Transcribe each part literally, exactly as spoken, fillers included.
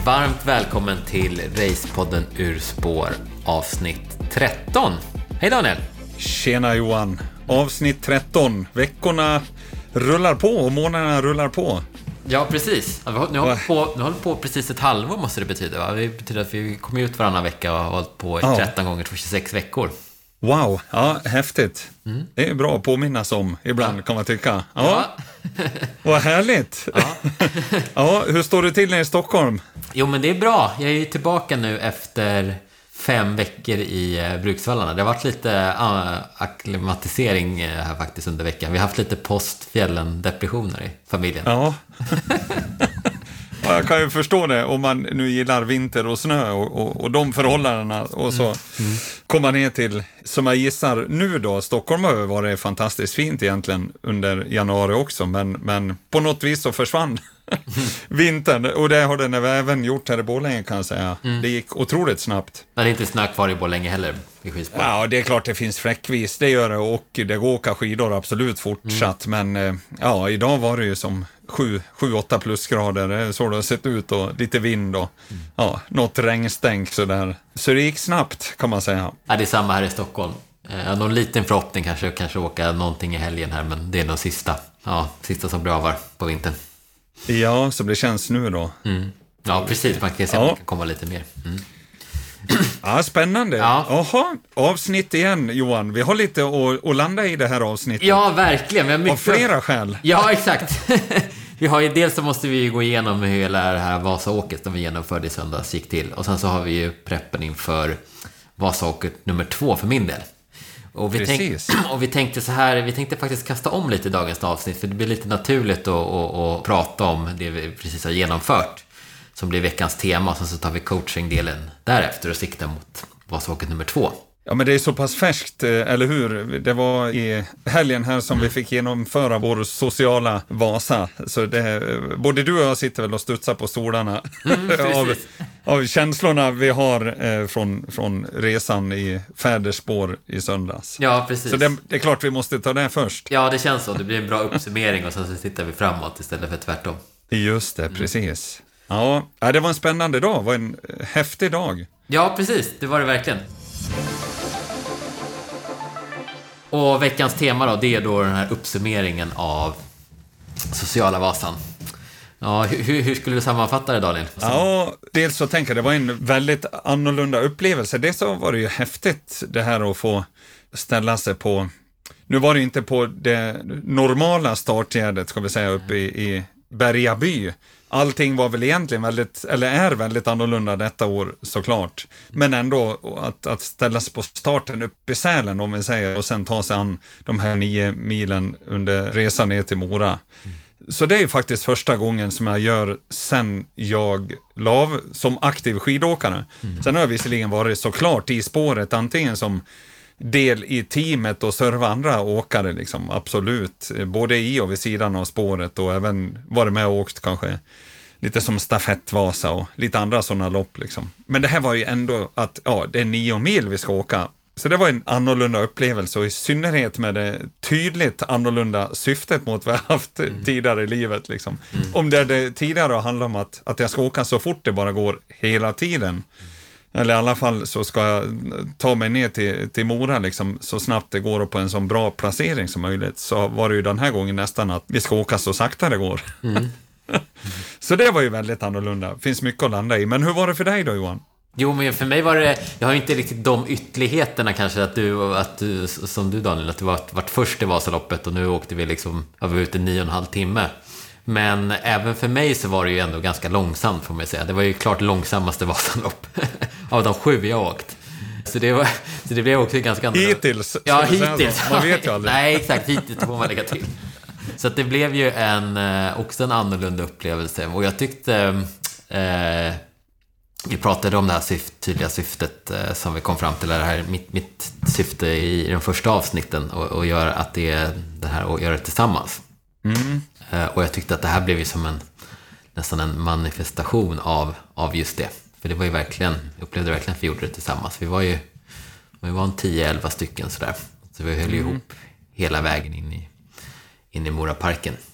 Varmt välkommen till Racepodden Ur spår avsnitt tretton. Hej Daniel! Tjena Johan! Avsnitt tretton. Veckorna rullar på och månaderna rullar på. Ja, precis. Nu har vi hållit på, nu har vi på precis ett halvår, måste det betyda, va? Det betyder att vi kommer ut varannan vecka och har hållit på i ja. tretton gånger på tjugosex veckor. Wow, ja, häftigt. Mm. Det är bra att påminnas om ibland, ja. Kan man tycka. Ja. Ja. Vad härligt. Ja. Ja, hur står det till i Stockholm? Jo, men det är bra. Jag är ju tillbaka nu efter fem veckor i uh, Bruksvallarna. Det har varit lite uh, akklimatisering uh, här faktiskt under veckan. Vi har haft lite postfjällen-depressioner i familjen. Ja. Ja, jag kan ju förstå det om man nu gillar vinter och snö och, och, och de förhållandena och så mm. Mm. komma ner till, som jag gissar nu då, Stockholm har varit fantastiskt fint egentligen under januari också, men, men på något vis så försvann vintern, och det har den även gjort här i Borlänge, kan jag säga. Mm. Det gick otroligt snabbt. Men det är inte snö kvar i Borlänge heller i skidspår. Ja, det är klart det finns fläckvis, det gör det, och det går att åka skidor absolut fortsatt, mm. men ja, idag var det ju som sju åtta plusgrader, så det har sett ut, och lite vind och mm. ja, något regnstänk sådär. Så det gick snabbt, kan man säga. Ja, det är samma här i Stockholm. Eh, någon liten förhoppning kanske, kanske åka någonting i helgen här, men det är nog sista, ja, sista som bravar på vintern. Ja, så det känns nu då. Mm. Ja, precis. Man kan se att ja. man kan komma lite mer. Mm. Ja, spännande. Ja. Jaha, avsnitt igen, Johan. Vi har lite att, att landa i det här avsnittet. Ja, verkligen. Vi har mycket... Av flera skäl. Ja, exakt. Vi har ju, dels så måste vi gå igenom hur hela det här Vasaåket som vi genomförde i söndags gick till. Och sen så har vi ju preppen inför Vasaåket nummer två för min del. Och vi, tänk, och vi tänkte så här, vi tänkte faktiskt kasta om lite i dagens avsnitt, för det blir lite naturligt att, att, att prata om det vi precis har genomfört, som blir veckans tema, och sen så tar vi coachingdelen därefter och siktar mot Vasaåket nummer två. Ja, men det är så pass färskt, eller hur? Det var i helgen här som mm. vi fick genomföra vår sociala Vasa. Så det, både du och jag sitter väl och studsar på stolarna mm, av, av känslorna vi har eh, från, från resan i fäderspår i söndags. Ja, precis. Så det, det är klart vi måste ta det först. Ja, det känns så. Det blir en bra uppsummering och sen så tittar vi framåt istället för tvärtom. Just det, precis. Mm. Ja, det var en spännande dag. Det var en häftig dag. Ja, precis. Det var det verkligen. Och veckans tema då, det är då den här uppsummeringen av sociala Vasan. Ja, hur, hur skulle du sammanfatta det, Daniel? Ja, dels så tänker jag, det var en väldigt annorlunda upplevelse. Det så var det ju häftigt det här att få ställa sig på, nu var det inte på det normala startgärdet, ska vi säga, uppe i, i Bergaby. Allting var väl egentligen väldigt, eller är väldigt annorlunda detta år såklart. Men ändå att, att ställa sig på starten upp i Sälen, om vi säger, och sen ta sig an de här nio milen under resan ner till Mora. Mm. Så det är ju faktiskt första gången som jag gör sen jag lav som aktiv skidåkare. Mm. Sen har jag visserligen varit såklart i spåret, antingen som del i teamet och serva andra åkare liksom, absolut, både i och vid sidan av spåret, och även varit med och åkt kanske lite som stafettvasa och lite andra sådana lopp liksom. Men det här var ju ändå att ja, det är nio mil vi ska åka, så det var en annorlunda upplevelse, och i synnerhet med det tydligt annorlunda syftet mot vad jag haft mm. tidigare i livet liksom. Mm. Om det, det tidigare handlar om att, att jag ska åka så fort det bara går hela tiden. Mm. Eller i alla fall så ska jag ta mig ner till, till Mora liksom, så snabbt det går, och på en så bra placering som möjligt. Så var det ju den här gången nästan att vi ska åka så sakta det går. Mm. Mm. Så det var ju väldigt annorlunda. Finns mycket att landa i. Men hur var det för dig då, Johan? Jo, men för mig var det, jag har inte riktigt de ytterligheterna kanske att du, att du som du Daniel, att du var, varit först i Vasaloppet, och nu åkte vi liksom över ut i nio och en halv timme. Men även för mig så var det ju ändå ganska långsamt, får man säga. Det var ju klart långsammaste Vasalopp av de sju jag åkt. Så det, var, så det blev också ganska annorlunda. Hittills. Ja, hittills. Man vet ju aldrig. Nej, exakt. Hittills får man lägga till. Så att det blev ju en, också en annorlunda upplevelse. Och jag tyckte... Eh, vi pratade om det här syft, tydliga syftet eh, som vi kom fram till. Det här, mitt, mitt syfte i den första avsnitten. Och, och göra att det är det här och göra det tillsammans. Mm. Och jag tyckte att det här blev ju som en nästan en manifestation av, av just det. För det var ju verkligen, jag upplevde verkligen att vi gjorde det tillsammans. Vi var ju vi var en tio elva stycken sådär. Så vi höll ju mm. ihop hela vägen in i, in i Moraparken.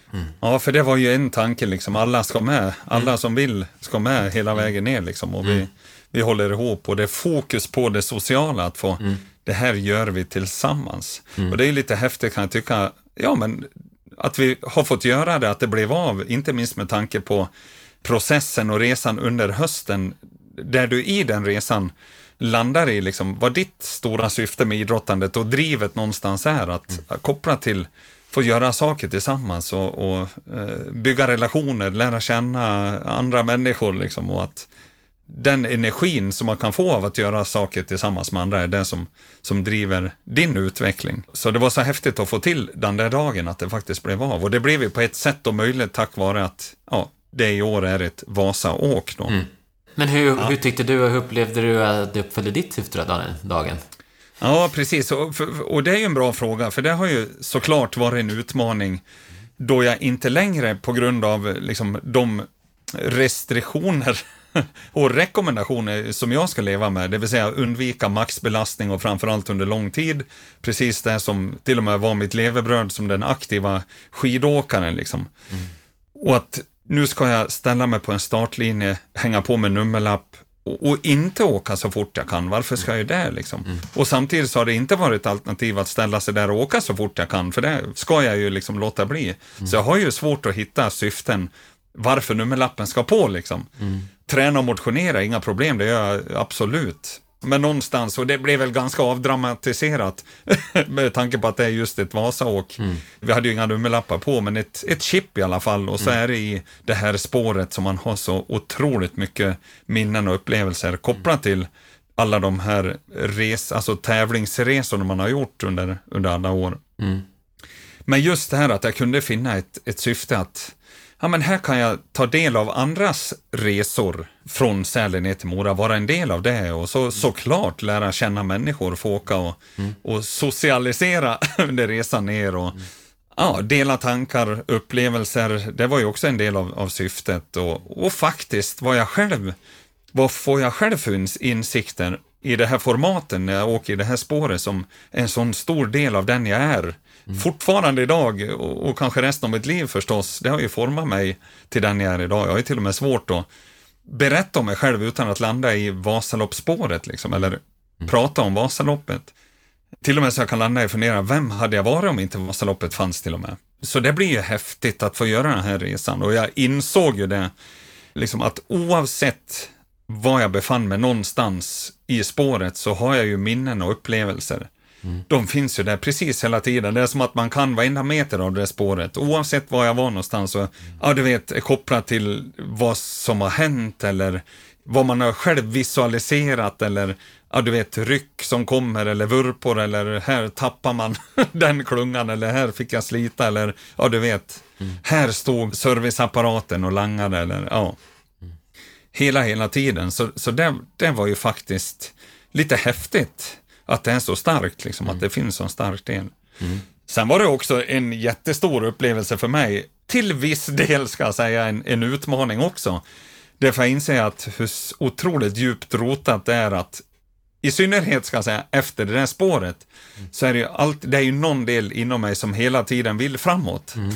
Mm. Ja, för det var ju en tanke liksom, alla ska med, alla mm. som vill ska med hela vägen ner liksom, och mm. vi, vi håller ihop och det är fokus på det sociala att få, mm. det här gör vi tillsammans. Mm. Och det är lite häftigt kan jag tycka, ja men att vi har fått göra det, att det blev av, inte minst med tanke på processen och resan under hösten, där du i den resan landar i liksom, vad ditt stora syfte med idrottandet och drivet någonstans är, att mm. koppla till, få göra saker tillsammans och, och eh, bygga relationer, lära känna andra människor liksom, och att den energin som man kan få av att göra saker tillsammans med andra är det som, som driver din utveckling. Så det var så häftigt att få till den där dagen att det faktiskt blev av. Och det blev ju på ett sätt och möjligt tack vare att ja, det i år är ett Vasa-åk då. Mm. Men hur, ja. hur tyckte du och hur upplevde du att det uppföljde ditt syfte den dagen? Ja, precis. Och, och det är ju en bra fråga, för det har ju såklart varit en utmaning då jag inte längre på grund av liksom, de restriktioner och rekommendationer som jag ska leva med, det vill säga undvika maxbelastning och framförallt under lång tid, precis det som till och med var mitt levebröd som den aktiva skidåkaren liksom. Mm. Och att nu ska jag ställa mig på en startlinje, hänga på med nummerlapp och, och inte åka så fort jag kan. Varför ska jag det liksom? Mm. Och samtidigt så har det inte varit ett alternativ att ställa sig där och åka så fort jag kan, för det ska jag ju liksom låta bli. Mm. Så jag har ju svårt att hitta syften varför nummerlappen ska på liksom. Mm. Träna och motionera, inga problem, det gör jag absolut. Men någonstans, och det blev väl ganska avdramatiserat med tanke på att det är just ett Vasaåk. Mm. Vi hade ju inga nummerlappar på, men ett, ett chip i alla fall. Och så mm. är det i det här spåret som man har så otroligt mycket minnen och upplevelser kopplat till alla de här res, alltså tävlingsresorna man har gjort under, under alla år. Mm. Men just det här att jag kunde finna ett, ett syfte att ja, men här kan jag ta del av andras resor från Sälen ner till Mora, vara en del av det och så, såklart lära känna människor, få åka och, mm. och socialisera under resan ner och mm. ja, dela tankar, upplevelser. Det var ju också en del av, av syftet och, och faktiskt vad jag själv, vad får jag själv för insikter i det här formaten när jag åker i det här spåret som en sån stor del av den jag är. Mm. Fortfarande idag och, och kanske resten av mitt liv förstås, det har ju format mig till den jag är idag. Jag har ju till och med svårt att berätta om mig själv utan att landa i Vasaloppsspåret liksom, eller mm. prata om Vasaloppet. Till och med så jag kan landa i och fundera, vem hade jag varit om inte Vasaloppet fanns till och med? Så det blir ju häftigt att få göra den här resan och jag insåg ju det liksom att oavsett var jag befann mig någonstans i spåret så har jag ju minnen och upplevelser. Mm. De finns ju där precis hela tiden. Det är som att man kan varenda meter av det spåret. Oavsett var jag var någonstans så, mm. ja du vet, är kopplat till vad som har hänt eller vad man har själv visualiserat eller ja du vet, ryck som kommer eller vurpor eller här tappar man den klungan eller här fick jag slita eller ja du vet, mm. här stod serviceapparaten och langade eller ja. Mm. Hela, hela tiden. Så, så det, det var ju faktiskt lite häftigt. Att det är så starkt, liksom, mm. att det finns en stark del. Mm. Sen var det också en jättestor upplevelse för mig. Till viss del ska jag säga en, en utmaning också. Därför jag inser att hur otroligt djupt rotat det är att i synnerhet ska jag säga efter det där spåret mm. så är det ju allt, det är ju någon del inom mig som hela tiden vill framåt. Mm.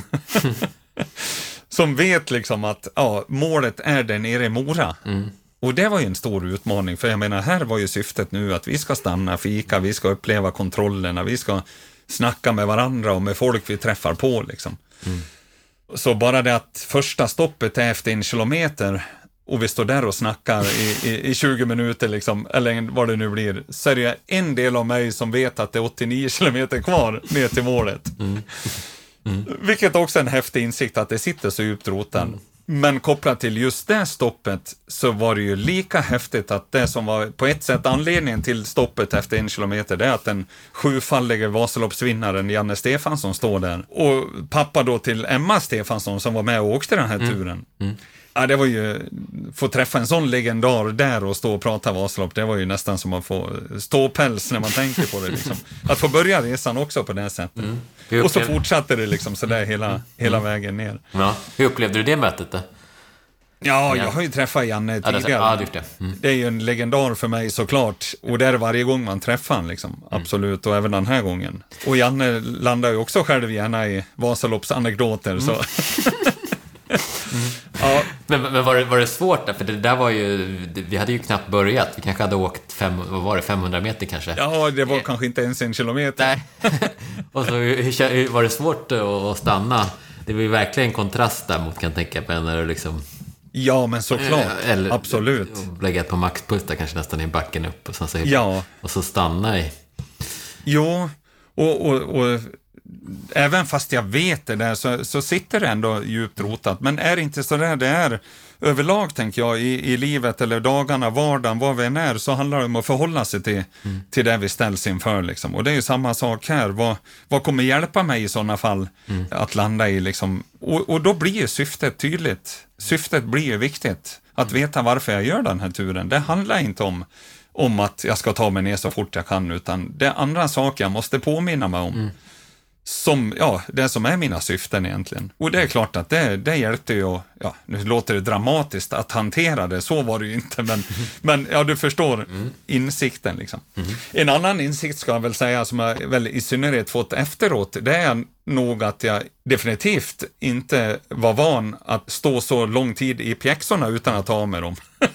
Som vet liksom att ja, målet är där nere i Mora. Mm. Och det var ju en stor utmaning, för jag menar, här var ju syftet nu att vi ska stanna, fika, vi ska uppleva kontrollerna, vi ska snacka med varandra och med folk vi träffar på liksom. Mm. Så bara det att första stoppet är efter en kilometer och vi står där och snackar i, i, i tjugo minuter liksom, eller vad det nu blir, så är det en del av mig som vet att det är åttionio kilometer kvar ner till målet. Mm. Mm. Vilket också är en häftig insikt att det sitter så djupt rotan. Mm. Men kopplat till just det stoppet så var det ju lika häftigt att det som var på ett sätt anledningen till stoppet efter en kilometer, det är att den sjufaldige Vasaloppsvinnaren Janne Stefansson står där. Och pappa då till Emma Stefansson som var med och åkte den här mm. turen. Mm. Ja, det var ju, få träffa en sån legendar där och stå och prata Vasalopp, det var ju nästan som att få ståpäls när man tänker på det liksom. Att få börja resan också på det sättet. Mm. Och så fortsatte det liksom så där hela, mm. hela vägen ner. Ja. Hur upplevde du det mötet då? Ja, jag har ju träffat Janne tidigare. Ja, det, ja, det, mm. det är ju en legendar för mig såklart. Och det är varje gång man träffar han liksom. Absolut, och även den här gången. Och Janne landar ju också själv gärna i Vasaloppsanekdoter. Mm. Så. Mm. Ja. Men, men var, det, var det svårt där? För det där var ju, vi hade ju knappt börjat. Vi kanske hade åkt fem, vad var det, femhundra meter kanske. Ja, det var eh. kanske inte ens en kilometer. Nej. Och så hur, var det svårt att stanna? Det var ju verkligen en kontrast där mot, kan jag tänka på, när du liksom... Ja, men såklart. Eller, absolut. Lägga ett på maxpuls där kanske nästan i backen upp. Och så, så, ja. Och så stanna i... Jo, och... och, och även fast jag vet det där så, så sitter det ändå djupt rotat. Men är det inte så där det är överlag, tänker jag, i, i livet eller dagarna, vardagen, vad vi än är, så handlar det om att förhålla sig till, mm. till det vi ställs inför. Liksom. Och det är ju samma sak här. Vad, vad kommer hjälpa mig i sådana fall mm. att landa i? Liksom? Och, och då blir ju syftet tydligt. Syftet blir ju viktigt. Att mm. veta varför jag gör den här turen. Det handlar inte om, om att jag ska ta mig ner så fort jag kan, utan det är andra saker jag måste påminna mig om. Mm. Som, ja, det som är mina syften egentligen. Och det är klart att det, det hjälpte ju, ja, nu låter det dramatiskt att hantera det, så var det ju inte, men, men ja, du förstår mm. insikten liksom. Mm. En annan insikt ska jag väl säga, som jag väl i synnerhet fått efteråt, det är nog att jag definitivt inte var van att stå så lång tid i pjäxorna utan att ta av mig dem.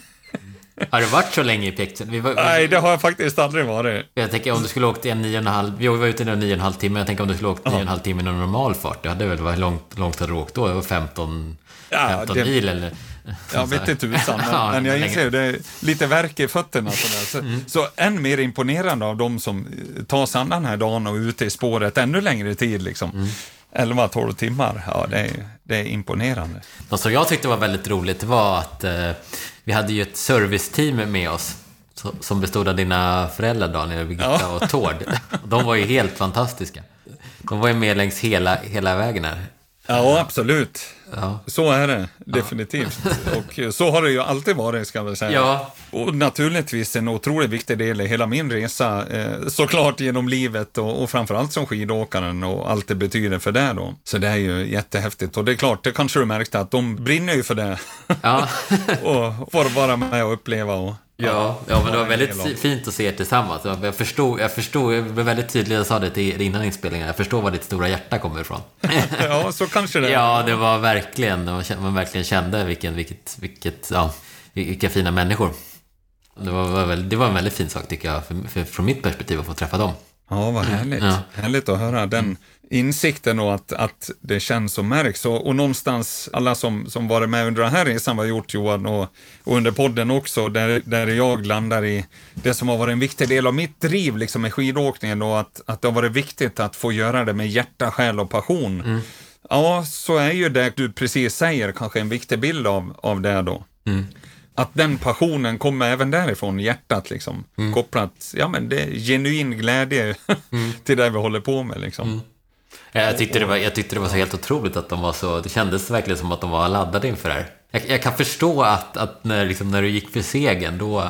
Har du varit så länge i pjäxan? Vi var, vi... Nej, det har jag faktiskt aldrig varit. Jag tänker om du skulle åkt en nio och en halv... Vi var ute i en nio och en halv timme. Jag tänker om du skulle åkt nio och en halv timme i någon normal fart. Det hade väl varit långt, långt att du åkt då. Det var femton, ja, femton det... mil eller... Jag vet inte tusan, men, ja, men jag inser det är lite verk i fötterna. Så, mm. så än mer imponerande av de som tar sig an den här dagen och är ute i spåret ännu längre tid liksom. Mm. elva tolv timmar, ja det är, det är imponerande. Något som jag tyckte var väldigt roligt var att eh, vi hade ju ett serviceteam med oss så, som bestod av dina föräldrar Daniel, Birgitta ja. och Tord. De var ju helt fantastiska. De var ju med längs hela, hela vägen här. Ja, absolut. Ja. Så är det, definitivt. Ja. Och så har det ju alltid varit, ska jag väl säga. Ja. Och naturligtvis en otroligt viktig del i hela min resa, eh, såklart genom livet och, och framförallt som skidåkaren och allt det betyder för det då. Så det är ju jättehäftigt. Och det är klart, det kanske du märkte att de brinner ju för det. Ja. Och får vara med och uppleva och... Ja, ja, men det var väldigt fint att se er tillsammans. Jag förstod, jag förstod, jag blev väldigt tydlig, jag sa det till innan inspelningen. Jag förstår var ditt stora hjärta kommer ifrån. Ja, så kanske det. Ja, det var verkligen, man verkligen kände vilken, vilket, vilket, ja, vilka fina människor. Det var, det var en väldigt fin sak tycker jag, för, för, från mitt perspektiv att få träffa dem. Ja, vad härligt. Ja. Härligt att höra den insikten och att, att det känns och märks. Och, och någonstans, alla som, som varit med under den här resan var gjort, Johan, och, och under podden också, där, där jag landar i det som har varit en viktig del av mitt driv liksom, med skidåkningen, och att, att det har varit viktigt att få göra det med hjärta, själ och passion. Mm. Ja, så är ju det du precis säger kanske en viktig bild av, av det då. Mm. Att den passionen kommer även därifrån, hjärtat liksom, mm. kopplat, ja men det är genuin glädje mm. till det vi håller på med liksom. Mm. Jag tyckte, det var, jag tyckte det var så helt otroligt att de var så, det kändes verkligen som att de var laddade inför det här. Jag, jag kan förstå att, att när, liksom, när du gick för segern, då,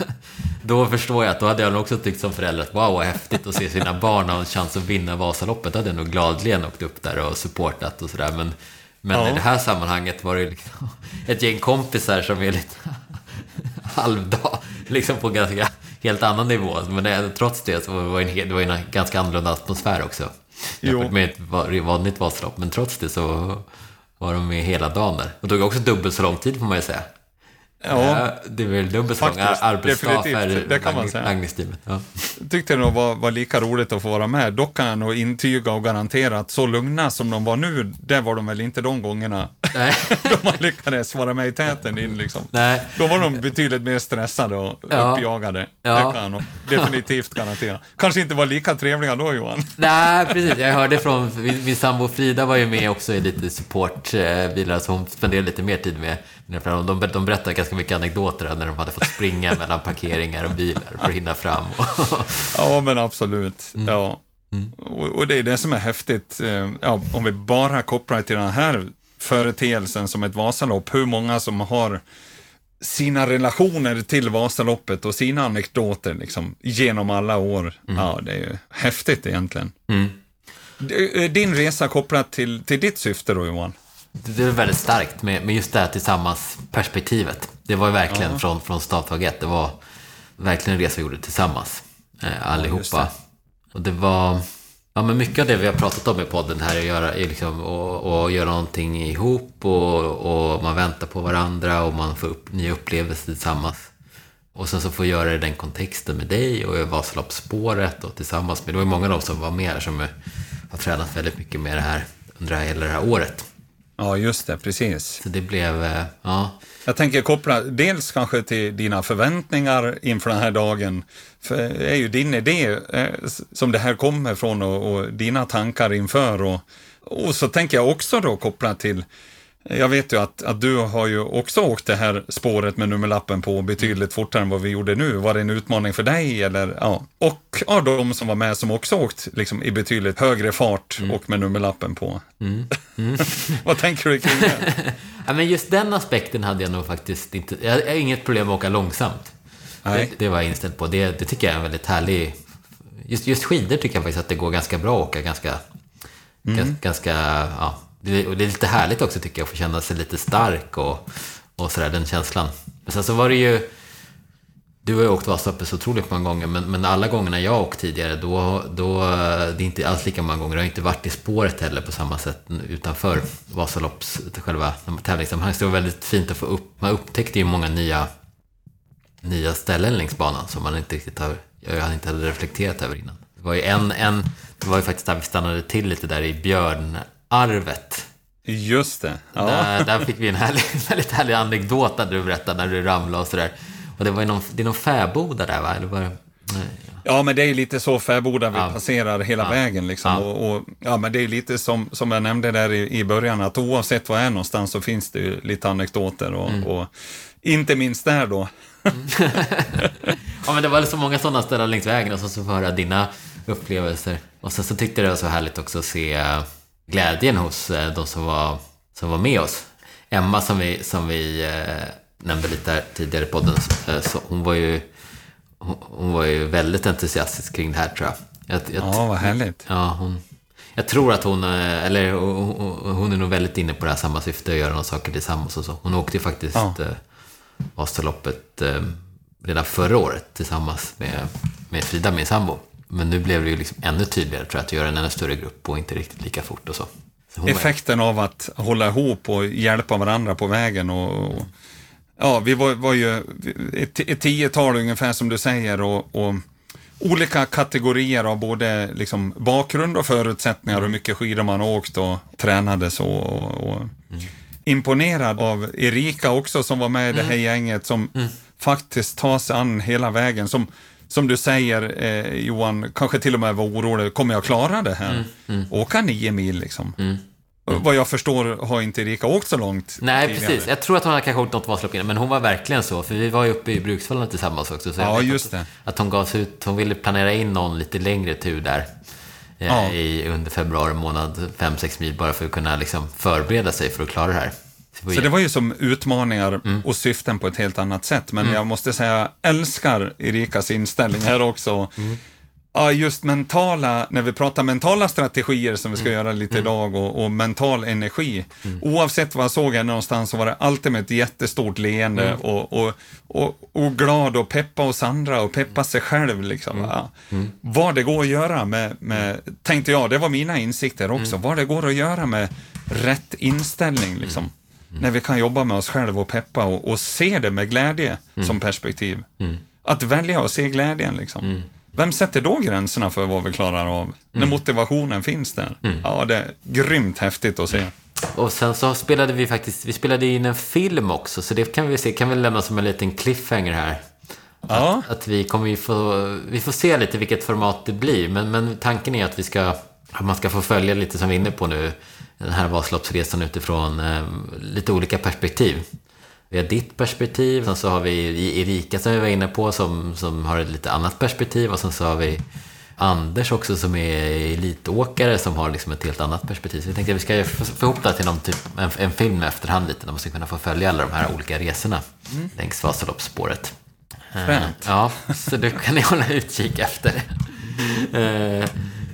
då förstår jag att då hade jag också tyckt som förälder att wow, vad häftigt att se sina barn ha en chans att vinna Vasaloppet. Då hade jag nog gladligen åkt upp där och supportat och sådär, men Men ja. I det här sammanhanget var det liksom ett gäng kompisar som är lite halvdag, liksom på ganska helt annan nivå. Men det, trots det så var det en, det var en ganska annorlunda atmosfär också. Jo. Med ett vanligt Vasalopp. Men trots det så var de med hela dagen där. Och det tog också dubbelt så lång tid får man ju säga. Ja, det är väl dubbelt så lång arbetsdag för det kan man säga. Langningsteamet. Ja. Tyckte det nog var, var lika roligt att få vara med. Dock kan jag nog intyga och garantera att så lugna som de var nu, det var de väl inte de gångerna. Nej. De lyckades vara med i täten in liksom. Nej. Då var de betydligt mer stressade och ja. uppjagade. Ja. Det kan jag nog definitivt garantera. Kanske inte var lika trevliga då, Johan. Nej, precis. Jag hörde från min, min sambo Frida var ju med också i lite supportbilar, så hon spenderade lite mer tid med. De, de berättade ganska mycket anekdoter när de hade fått springa mellan parkeringar och bilar för att hinna fram. Ja, men absolut. Mm. Ja. Mm. Och, och det är det som är häftigt. Ja, om vi bara kopplar till den här företeelsen som ett Vasalopp. Hur många som har sina relationer till Vasaloppet och sina anekdoter liksom, genom alla år. Mm. Ja, det är ju häftigt egentligen. Mm. Din resa kopplat till, till ditt syfte då, Johan? det är väldigt starkt med, med just det här tillsammans perspektivet. Det var ju verkligen ja. från, från startdag ett. Det var verkligen en resa vi gjorde tillsammans. Eh, allihopa. Ja, det. Och det var... Ja, men mycket av det vi har pratat om i podden här är att göra, är liksom, och, och göra någonting ihop och, och man väntar på varandra och man får upp nya upplevelser tillsammans. Och sen så får göra det i den kontexten med dig och i Vasaloppsspåret och tillsammans med... Det var ju många av dem som var med här som har tränat väldigt mycket med det här under hela det här året. Ja, just det, precis. Så det blev, ja. Jag tänker koppla dels kanske till dina förväntningar inför den här dagen. För det är ju din idé eh, som det här kommer från och, och dina tankar inför. Och, och så tänker jag också då koppla till, jag vet ju att, att du har ju också åkt det här spåret med nummerlappen på betydligt fortare än vad vi gjorde nu. Var det en utmaning för dig? Eller, ja. Och ja, de som var med som också åkt liksom, i betydligt högre fart mm. och med nummerlappen på. Mm. Mm. Vad tänker du kring det? Ja, men just den aspekten hade jag nog faktiskt inte... Jag har inget problem att åka långsamt. Nej. Det, det var jag inställd på. Det, det tycker jag är en väldigt härlig... Just, just skidor tycker jag faktiskt att det går ganska bra att åka. Ganska... Mm. ganska ja. Det, och det är lite härligt också tycker jag att få känna sig lite stark och, och sådär, den känslan. Men sen så var det ju... Du har ju åkt Vasaloppet så otroligt många gånger, men, men alla gångerna jag åkt tidigare, då, då det är inte alls lika många gånger. Jag har inte varit i spåret heller på samma sätt utanför Vasalopps själva tävlingssammanhang. Så det var väldigt fint att få upp. Man upptäckte ju många nya, nya ställen längs banan som man inte riktigt har, jag inte hade reflekterat över innan. Det var ju en, en det var ju faktiskt där vi stannade till lite där i Björnarvet. Just det. Ja. Där, där fick vi en härlig, väldigt härlig anekdot där du berättade när du ramlade och sådär. Och det var ju någon, det är någon fäboda där, va? Eller var det, nej, ja. ja, men det är lite så fäboda vi ja. passerar hela ja. vägen. Liksom. Ja. Och, och, ja, men det är lite som, som jag nämnde där i, i början, att oavsett var jag är någonstans så finns det ju lite anekdoter. Och, mm. och inte minst där då. Mm. Ja, men det var så många sådana ställen längs vägen och så, så får höra dina upplevelser. Och sen så tyckte jag det var så härligt också att se glädjen hos de som var, som var med oss. Emma som vi... Som vi eh, nämnde lite här tidigare i podden, så hon var ju hon var ju väldigt entusiastisk kring det här, tror jag. jag, jag ja, vad härligt. Ja, hon, jag tror att hon, eller hon, hon är nog väldigt inne på det här samma syfte, att göra några saker tillsammans och så. Hon åkte ju faktiskt ja. Vasaloppet redan förra året tillsammans med, med Frida, min sambo. Men nu blev det ju liksom ännu tydligare, tror jag, att göra en ännu större grupp och inte riktigt lika fort och så. så Effekten var... av att hålla ihop och hjälpa varandra på vägen och, och ja, vi var, var ju ett, ett tiotal ungefär som du säger och, och olika kategorier av både liksom bakgrund och förutsättningar, hur mycket skidor man åkt och tränade så. Och, och mm. imponerad av Erika också som var med i det här gänget som mm. faktiskt tar sig an hela vägen. Som, som du säger, eh, Johan, kanske till och med var orolig, kommer jag klara det här? Mm. Mm. Åka nio mil liksom. Mm. Mm. Vad jag förstår har inte Erika åkt så långt. Nej, tidigare. Precis. Jag tror att hon hade kanske åkt något Vasalopp innan, men hon var verkligen så. För vi var ju uppe i Bruksvallen tillsammans också. Så ja, just att, det. Att hon gav sig ut, hon ville planera in någon lite längre tur där. Eh, ja. i, under februari månad, fem sex mil, bara för att kunna liksom förbereda sig för att klara det här. Så, så det var ju som utmaningar mm. och syften på ett helt annat sätt. Men mm. jag måste säga, jag älskar Erikas inställning här också. Mm. Ja, just mentala, när vi pratar mentala strategier som vi ska mm. göra lite mm. idag och, och mental energi. Mm. Oavsett vad jag såg här någonstans så var det alltid med ett jättestort leende mm. och, och, och, och glad och peppa hos andra och peppa sig själv. Liksom, mm. ja. mm. Vad det går att göra med, med, tänkte jag, det var mina insikter också, mm. vad det går att göra med rätt inställning liksom. Mm. Mm. När vi kan jobba med oss själva och peppa och, och se det med glädje mm. som perspektiv. Mm. Att välja och se glädjen liksom. Mm. Vem sätter då gränserna för vad vi klarar av? Mm. När motivationen finns där. Mm. Ja, det är grymt häftigt att se. Och sen så spelade vi faktiskt, vi spelade in en film också, så det kan vi se, kan vi lämna som en liten cliffhanger här. Ja. Att, att vi kommer ju få, vi får se lite vilket format det blir, men, men tanken är att vi ska, att man ska få följa lite som vi är inne på nu, den här Vasaloppsresan utifrån eh, lite olika perspektiv. Vi har ditt perspektiv, sen så har vi Erika som vi var inne på som, som har ett lite annat perspektiv, och sen så har vi Anders också som är elitåkare som har liksom ett helt annat perspektiv. Så vi tänkte att vi ska få ihop det till någon typ, en, en film efterhand lite, där man ska kunna få följa alla de här olika resorna mm. längs Vasaloppsspåret. Fränt. Ja, så det kan ni hålla utkik efter.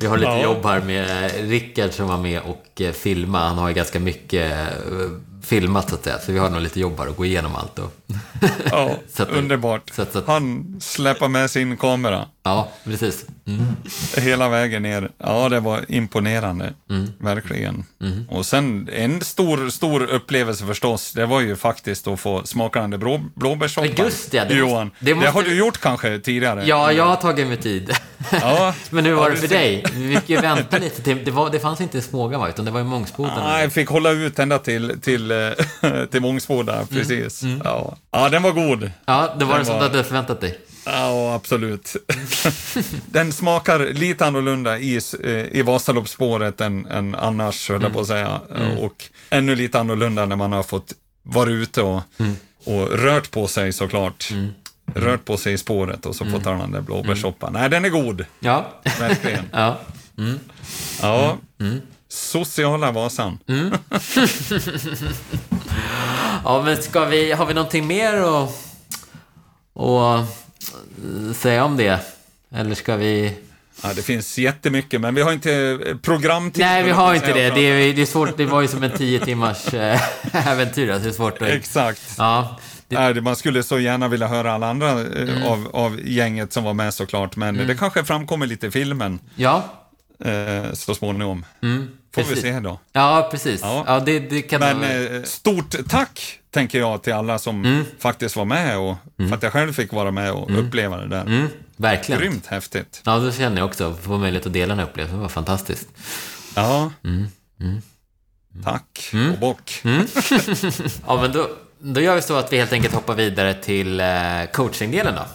Vi har lite Ja. jobb här med Rickard som var med och filma. Han har ju ganska mycket filmat så att säga. Så vi har nog lite jobb här att gå igenom allt. Och Ja, så att, underbart. Så att, så att, Han släpper med sin kamera ja, precis. Mm. hela vägen ner. Ja, det var imponerande. Mm. Verkligen. Mm. Och sen en stor, stor upplevelse förstås, det var ju faktiskt att få smaka den där blå, blåbärssoppan. Just det. Det, Johan, måste, det, måste... det har du gjort kanske tidigare? Ja, jag har tagit mig tid. Ja. Men hur var Ja, det för ser... dig? Vi fick ju vänta lite till, det, var, det fanns inte i Smågan, va? Utan det var i Mångsboden. Ja, jag fick hålla ut ända till, till, till Mångsboda, precis. Mm. Mm. Ja. Ja, den var god. Ja, det var den det som var... du hade förväntat dig. Ja, absolut. Den smakar lite annorlunda i, i Vasaloppsspåret än, än annars, höll jag på att säga. Mm. Och ännu lite annorlunda när man har fått vara ute och, mm. och rört på sig såklart. Mm. Rört på sig i spåret och så mm. fått ta den där blåbärssoppan. Mm. Nej, den är god. Ja. Verkligen. Ja. Mm. Ja. Mm. Sociala Vasan. Mm. Ja, men ska vi, har vi någonting mer att, att säga om det? Eller ska vi... Ja, det finns jättemycket, men vi har inte programtid. Nej, vi har inte det. Det är, det är svårt. Det var ju som en tio timmars äventyr. Det är svårt att... Exakt. Ja. Det... Man skulle så gärna vilja höra alla andra mm. av, av gänget som var med såklart, men mm. det kanske framkommer lite i filmen. Ja. Eh, så småningom. Mm. Får precis. vi se då. Ja, precis. Ja. Ja, det, det kan men man... eh, stort tack, tänker jag, till alla som mm. faktiskt var med och mm. för att jag själv fick vara med och mm. uppleva det där. Mm. Verkligen. Grymt häftigt. Ja, det känner jag också. Få möjlighet att dela den här upplevelsen. Det var fantastiskt. Ja. Mm. Mm. Tack mm. och bock. Mm. Ja, men då, då gör vi så att vi helt enkelt hoppar vidare till eh, coachingdelen då.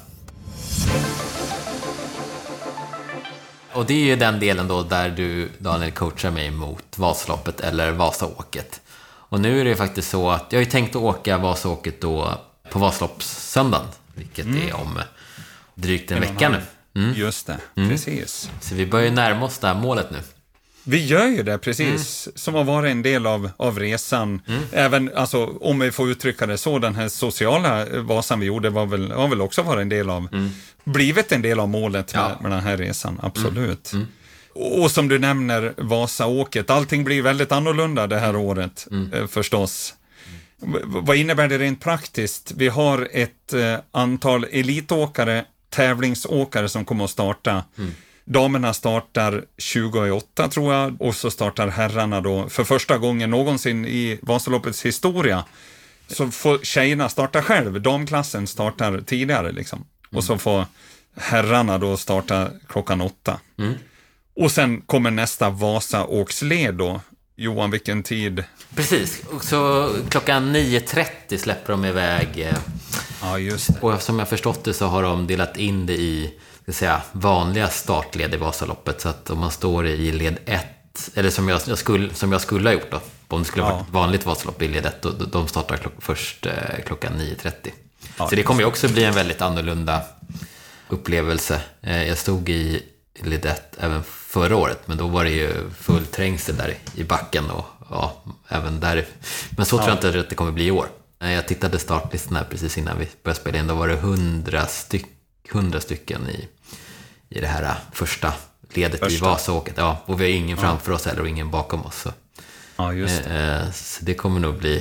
Och det är ju den delen då där du, Daniel, coachar mig mot Vasaloppet eller Vasaåket. Och nu är det ju faktiskt så att jag har ju tänkt att åka Vasaåket då på Vasaloppssöndagen, vilket mm. är om drygt en, en vecka nu. Mm. Just det, mm. precis. Så vi börjar närma oss det här målet nu. Vi gör ju det, precis. Mm. Som har varit en del av, av resan. Mm. Även, alltså, om vi får uttrycka det så, den här sociala Vasan vi gjorde var väl, var väl också varit en del av, mm. blivit en del av målet med, ja. med den här resan, absolut. Mm. Mm. Och som du nämner, Vasaåket, allting blir väldigt annorlunda det här året, mm. eh, förstås. Mm. V- vad innebär det rent praktiskt? Vi har ett eh, antal elitåkare, tävlingsåkare som kommer att starta. Mm. Damerna startar tjugoåtta tror jag, och så startar herrarna då för första gången någonsin i Vasaloppets historia. Så får tjejerna starta själv, damklassen startar tidigare liksom. Mm. Och så får herrarna då starta klockan åtta. Mm. Och sen kommer nästa Vasaåksled då. Johan, vilken tid? Precis, så klockan nio trettio släpper de iväg. Ja, just det. Och som jag förstått det så har de delat in det i ska säga, vanliga startled i Vasaloppet. Så att om man står i led ett, eller som jag, jag, skulle, som jag skulle ha gjort då, om det skulle ha varit ja. vanligt Vasalopp i led ett, då, de startar klock, först eh, klockan nio trettio. Ja, så det kommer ju också bli en väldigt annorlunda upplevelse. Eh, jag stod i led ett även förra året, men då var det ju full trängsel där i backen och ja, även där. Men så ja. tror jag inte att det kommer bli i år. Jag tittade startlistan här precis innan vi började spela in. Då var det hundra, styck, hundra stycken i, i det här första ledet första. i Vasaåket. Ja, och vi har ingen ja. framför oss eller och ingen bakom oss. Så. Ja, just det. Eh, så det kommer nog bli...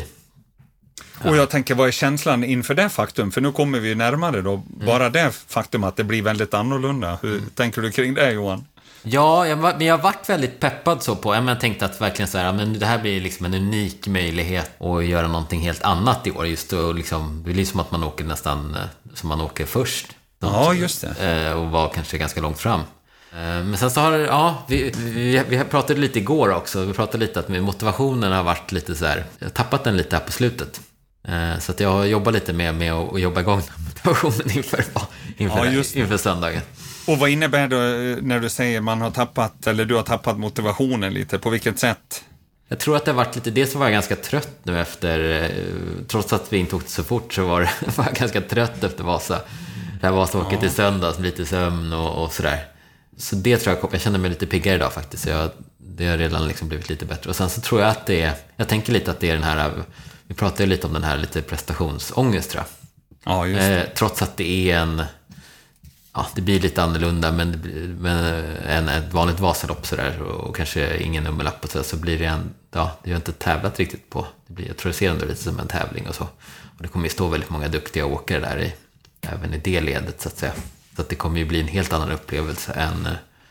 Ja. Och jag tänker, vad är känslan inför det faktum? För nu kommer vi närmare då. Mm. Bara det faktum att det blir väldigt annorlunda. Hur mm. tänker du kring det, Johan? Ja, jag, men jag har varit väldigt peppad så på. Jag tänkte att verkligen så här, men det här blir liksom en unik möjlighet att göra någonting helt annat i år. Just då, liksom, det blir som att man åker nästan som man åker först. Ja, just det. Och var kanske ganska långt fram. Men sen så har ja, vi, vi, vi pratade lite igår också. Vi pratade lite att motivationen har varit lite så här, jag har tappat den lite här på slutet. Så att jag jobbar lite med, med att jobba igång motivationen inför, inför, ja, inför söndagen. Och vad innebär det när du säger man har tappat, eller du har tappat motivationen lite? På vilket sätt? Jag tror att det har varit lite, dels var jag ganska trött nu efter, trots att vi inte tog det så fort så var, var jag ganska trött efter Vasa. Det här Vasaåket ja. i söndags, lite sömn och, och sådär. Så det tror jag, jag känner mig lite piggare idag faktiskt. Så jag, det har redan liksom blivit lite bättre. Och sen så tror jag att det är, jag tänker lite att det är den här, vi pratade ju lite om den här lite prestationsångest tror jag. Ja, just det. Eh, trots att det är en... ja, det blir lite annorlunda men, det blir, men än ett vanligt Vasalopp sådär, och kanske ingen nummerlapp och så, så blir det en, ja, det har inte tävlat riktigt på. Det blir, jag tror det ser ändå lite som en tävling och så. Och det kommer ju stå väldigt många duktiga åkare där i, även i det ledet så att säga. Så att det kommer ju bli en helt annan upplevelse än,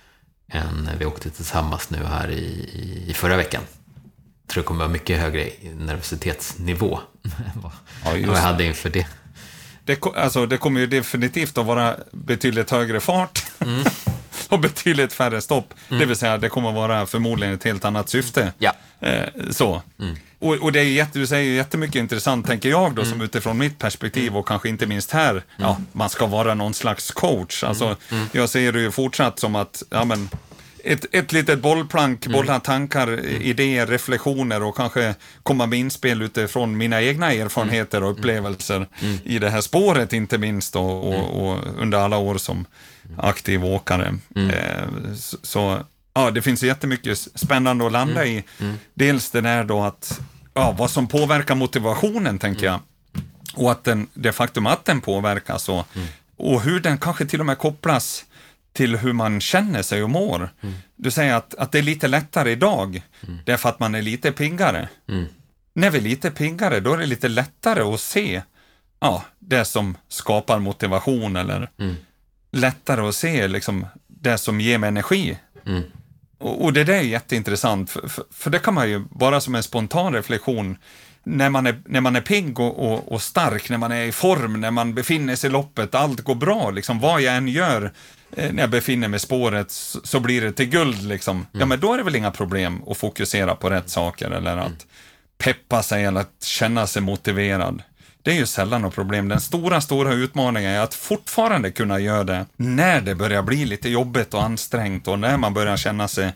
än vi åkte tillsammans nu här i, i, i förra veckan. Jag tror det kommer vara mycket högre nervositetsnivå än vad ja, jag hade inför det. Det, alltså, det kommer ju definitivt att vara betydligt högre fart mm. och betydligt färre stopp. Mm. Det vill säga, det kommer att vara förmodligen ett helt annat syfte. Ja. Eh, så. Mm. Och, och det är jätte, du säger jättemycket intressant, tänker jag då, mm. som utifrån mitt perspektiv mm. och kanske inte minst här, mm. ja, man ska vara någon slags coach. Alltså, mm. Mm. jag ser det ju fortsatt som att, ja men, Ett, ett litet bollplank, mm. bolla tankar, mm. idéer, reflektioner och kanske komma med inspel utifrån mina egna erfarenheter och upplevelser mm. i det här spåret inte minst och, och, och under alla år som aktiv åkare. Mm. Eh, så, så ja, det finns jättemycket spännande att landa mm. i. Mm. Dels det där då att, ja, vad som påverkar motivationen tänker jag. Och att den, det faktum att den påverkas och, mm. och hur den kanske till och med kopplas till hur man känner sig och mår. Mm. Du säger att, att det är lite lättare idag mm. därför att man är lite piggare. Mm. När vi är lite piggare, då är det lite lättare att se ja, det som skapar motivation eller mm. lättare att se liksom, det som ger mig energi. Mm. Och, och det där är jätteintressant för, för, för det kan man ju bara som en spontan reflektion när man är, när man är pigg och, och, och stark, när man är i form, när man befinner sig i loppet, allt går bra, liksom, vad jag än gör när jag befinner mig i spåret så, så blir det till guld liksom. Mm. Ja men då är det väl inga problem att fokusera på rätt saker eller att mm. peppa sig eller att känna sig motiverad. Det är ju sällan något problem. Den stora, stora utmaningen är att fortfarande kunna göra det när det börjar bli lite jobbigt och ansträngt och när man börjar känna sig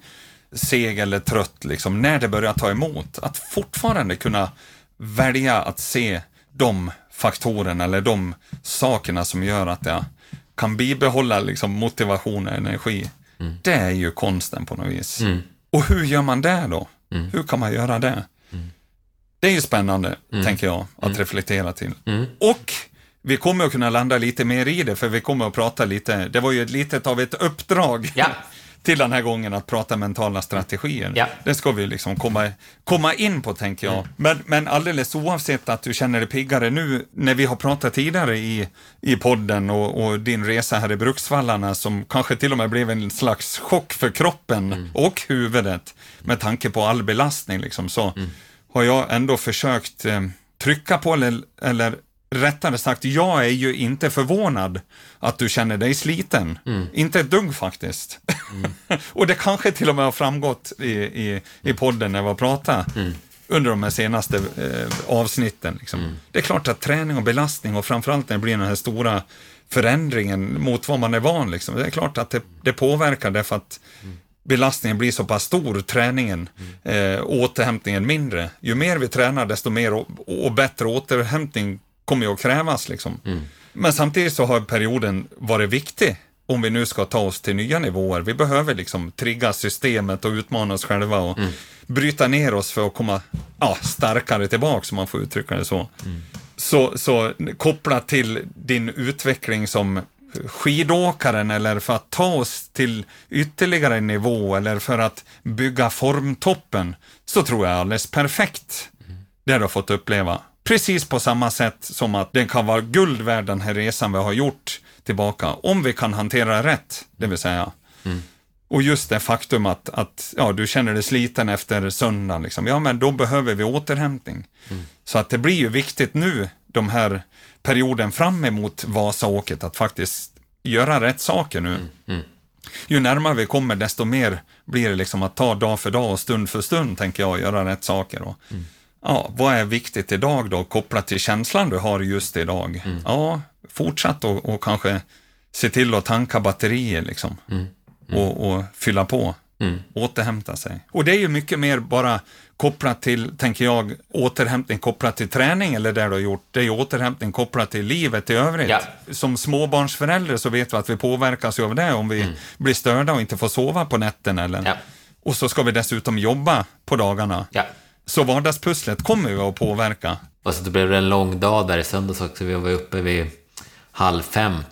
seg eller trött liksom, när det börjar ta emot. Att fortfarande kunna välja att se de faktorerna eller de sakerna som gör att jag kan bibehålla liksom motivation och energi. Mm. Det är ju konsten på något vis. Mm. Och hur gör man det då? Mm. Hur kan man göra det? Mm. Det är ju spännande, mm. tänker jag, att mm. reflektera till. Mm. Och vi kommer att kunna landa lite mer i det, för vi kommer att prata lite, det var ju ett litet av ett uppdrag ja. till den här gången att prata mentala strategier. Ja. Det ska vi liksom komma, komma in på, tänker jag. Mm. Men, men alldeles oavsett att du känner dig piggare nu, när vi har pratat tidigare i, i podden och, och din resa här i Bruksvallarna som kanske till och med blev en slags chock för kroppen mm. och huvudet med tanke på all belastning liksom, så mm. har jag ändå försökt eh, trycka på eller, eller rättare sagt, jag är ju inte förvånad att du känner dig sliten. Mm. Inte ett dugg faktiskt. Mm. Och det kanske till och med har framgått i, i, i podden när vi har pratat mm. under de här senaste eh, avsnitten. Liksom. Mm. Det är klart att träning och belastning och framförallt när det blir den här stora förändringen mot vad man är van. Liksom. Det är klart att det, det påverkar därför att mm. belastningen blir så pass stor, träningen, mm. eh, återhämtningen mindre. Ju mer vi tränar desto mer och, och bättre återhämtning kommer ju att krävas liksom. Mm. Men samtidigt så har perioden varit viktig om vi nu ska ta oss till nya nivåer. Vi behöver liksom trigga systemet och utmana oss själva och mm. bryta ner oss för att komma ja, starkare tillbaka, som man får uttrycka det så. Mm. Så, så kopplat till din utveckling som skidåkaren eller för att ta oss till ytterligare en nivå eller för att bygga formtoppen, så tror jag alldeles perfekt mm. det du har fått uppleva. Precis på samma sätt som att den kan vara guld värd, den här resan vi har gjort tillbaka, om vi kan hantera rätt, det vill säga. Mm. Och just det faktum att, att ja, du känner dig sliten efter söndagen, liksom. Ja men då behöver vi återhämtning. Mm. Så att det blir ju viktigt nu, de här perioden fram emot Vasaåket, att faktiskt göra rätt saker nu. Mm. Mm. Ju närmare vi kommer, desto mer blir det liksom att ta dag för dag och stund för stund, tänker jag, göra rätt saker. Och, mm. ja, vad är viktigt idag då, kopplat till känslan du har just idag? Mm. Ja, fortsatt och, och kanske se till att tanka batterier liksom. Mm. Mm. Och, och fylla på. Mm. Återhämta sig. Och det är ju mycket mer bara kopplat till, tänker jag, återhämtning kopplat till träning eller det du har gjort. Det är ju återhämtning kopplat till livet i övrigt. Ja. Som småbarnsförälder så vet vi att vi påverkas av det om vi mm. blir störda och inte får sova på nätten. Eller. Ja. Och så ska vi dessutom jobba på dagarna. Ja. Så vardagspusslet kommer ju att påverka. Och så det blev en lång dag där i söndags också. Vi var uppe vid halv fem tror jag.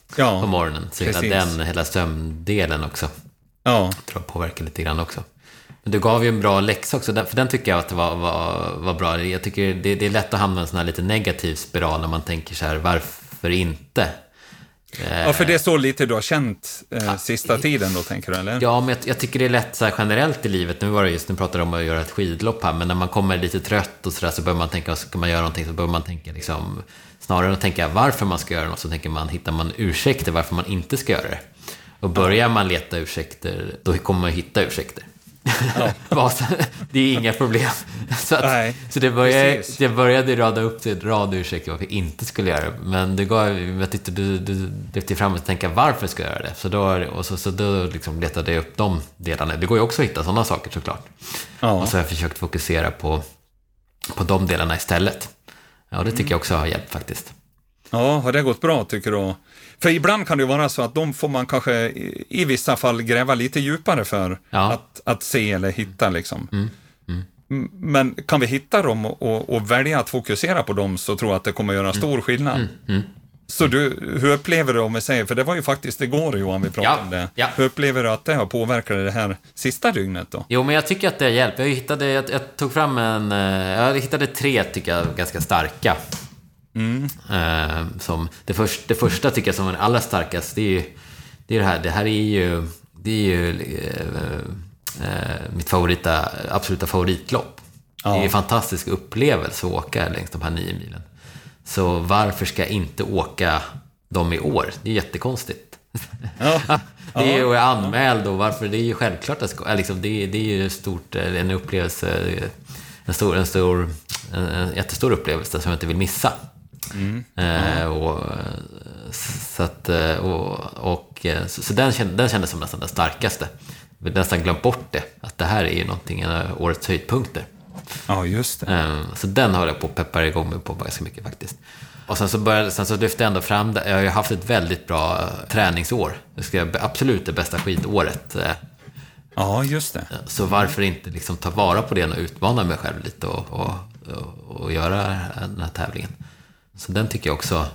ja, på morgonen. Så hela den, hela sömndelen också. Ja. Jag tror jag påverkar lite grann också. Men du gav ju en bra läxa också, för den tycker jag att det var, var, var bra. Jag tycker det, det är lätt att hamna i en sån här lite negativ spiral när man tänker så här, varför inte? Ja, för det är så lite du har känt eh, ja, sista tiden då, tänker du, eller? Ja, men jag, jag tycker det är lätt så här generellt i livet. Nu var det just, nu pratar om att göra ett skidlopp här, men när man kommer lite trött och sådär så börjar man tänka, ska man göra någonting, så börjar man tänka liksom, snarare än att tänka varför man ska göra något, så tänker man, hittar man ursäkter varför man inte ska göra det. Och börjar man leta ursäkter, då kommer man hitta ursäkter. Ja. Det är inga problem. Så, att, Nej, så det, började, det började rada upp till en rad ursäkter varför jag inte skulle göra det. Men det gav, jag tyckte du, du lyfte fram och tänka varför ska jag göra det. Så då, och så, så då liksom letade jag upp de delarna. Det går ju också att hitta sådana saker såklart. Ja. Och så har jag försökt fokusera på, på de delarna istället. Ja, det tycker mm. jag också har hjälpt faktiskt. Ja, har det gått bra tycker du? För ibland kan det vara så att de får man kanske i, i vissa fall gräva lite djupare för ja. att, att se eller hitta liksom. Mm. Mm. Men kan vi hitta dem och, och, och välja att fokusera på dem, så tror jag att det kommer göra stor skillnad. Mm. Mm. Så du, hur upplever du, om vi säger, för det var ju faktiskt igår Johan vi pratade ja. om det. Ja. Hur upplever du att det har påverkat det här sista dygnet då? Jo, men jag tycker att det hjälper. Jag hittade, jag, jag tog fram en, jag hittade tre tycker jag ganska starka. Mm. Uh, som det, först, det första tycker jag som är allra starkast, det är ju det, är det här det här är ju det är ju uh, uh, mitt favorita, absoluta favoritlopp. Ja. Det är en fantastisk upplevelse att åka längs de här nio milen. Så varför ska jag inte åka dem i år? Det är jättekonstigt. Ja. Det är ju anmäld och varför, det är ju självklart att ska, liksom, det, är, det är ju stort, en upplevelse, en stor, en stor en, en jättestor upplevelse som jag inte vill missa. Mm. Eh, och, så att, och, och, så, så den, kände, den kändes som nästan den starkaste. Vi hade nästan glömt bort det, att det här är ju någonting, en av årets höjdpunkter. Ja, just det. Eh, så den har jag på peppar igång med på ganska mycket faktiskt. Och sen så, började, sen så lyfte jag ändå fram det. Jag har ju haft ett väldigt bra träningsår. Det ska absolut det bästa skidåret. Ja, just det. Så varför inte liksom ta vara på det och utmana mig själv lite och, och, och, och göra den här tävlingen. Så den tycker jag också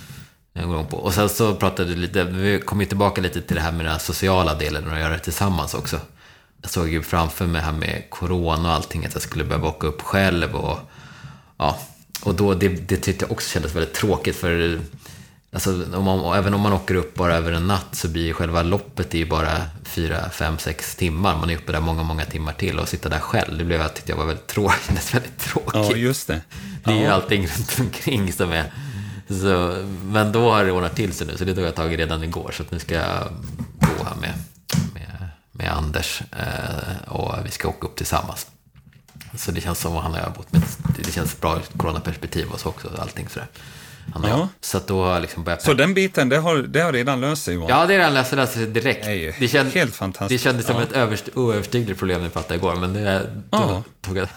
en gång på. Och sen så pratade vi lite, vi kom ju tillbaka lite till det här med den sociala delen och göra det tillsammans också. Jag såg ju framför mig här med corona och allting att jag skulle börja åka upp själv och ja, och då det, det tyckte jag också kändes väldigt tråkigt för alltså, om man, även om man åker upp bara över en natt så blir själva loppet är ju bara fyra, fem, sex timmar. Man är uppe där många, många timmar till och sitta där själv. Det blev jag tyckte jag var väldigt tråkigt. Väldigt tråkigt. Ja, just det. Det är ja. ju allting runt omkring som är så, men då har det ordnat till sig nu, så det tog jag tag i redan igår. Så att nu ska jag gå här med, med, med Anders eh, och vi ska åka upp tillsammans. Så det känns som att han har bott med, det känns bra ur ett coronaperspektiv och så också, allting sådär. Ja. Så att då har liksom börjat... Så den biten, det har, det har redan löst sig, Johan? Ja, det har redan löst, löst sig direkt. Det, det känd, helt fantastiskt. Det kändes som ja. ett överst, oöverstigligt problem när vi pratade igår, men det då ja. tog jag...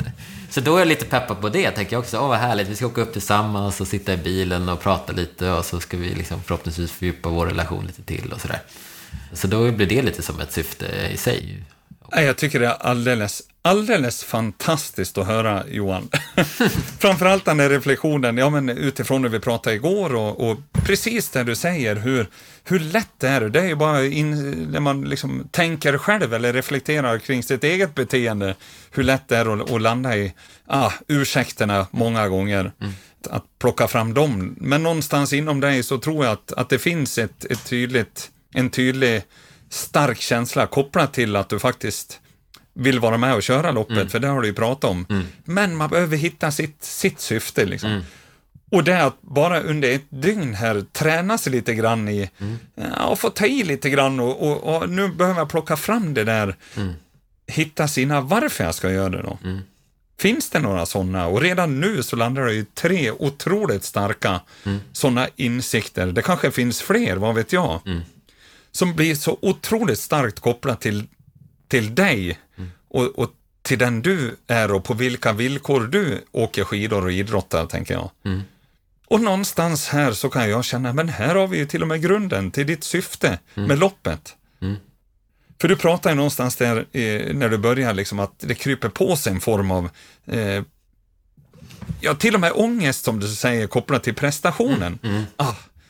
Så då är jag lite peppad på det, tänker jag också. Åh, vad härligt, vi ska åka upp tillsammans och sitta i bilen och prata lite och så ska vi liksom förhoppningsvis fördjupa vår relation lite till och sådär. Så då blir det lite som ett syfte i sig. Jag tycker det är alldeles, alldeles fantastiskt att höra, Johan. Framförallt den där reflektionen, ja, men utifrån när vi pratade igår och, och precis det du säger, hur, hur lätt det är. Det är ju bara in, när man liksom tänker själv eller reflekterar kring sitt eget beteende, hur lätt det är att, att landa i ah, ursäkterna många gånger. Mm. Att plocka fram dem. Men någonstans inom dig så tror jag att, att det finns ett, ett tydligt, en tydlig stark känsla kopplat till att du faktiskt vill vara med och köra loppet, mm. för det har du ju pratat om. Mm. Men man behöver hitta sitt, sitt syfte liksom. Mm. Och det är att bara under ett dygn här träna sig lite grann i mm. ja, och få ta i lite grann och, och, och nu behöver jag plocka fram det där mm. hitta sina varför jag ska göra det då. Mm. Finns det några sådana? Och redan nu så landar det ju tre otroligt starka mm. sådana insikter. Det kanske finns fler, vad vet jag? Mm. Som blir så otroligt starkt kopplat till, till dig mm. och, och till den du är och på vilka villkor du åker skidor och idrottar, tänker jag. Mm. Och någonstans här så kan jag känna, men här har vi ju till och med grunden till ditt syfte mm. med loppet. Mm. För du pratar ju någonstans där eh, när du börjar liksom att det kryper på sig en form av eh, ja, till och med ångest som du säger kopplat till prestationen. Mm. Mm. Ah,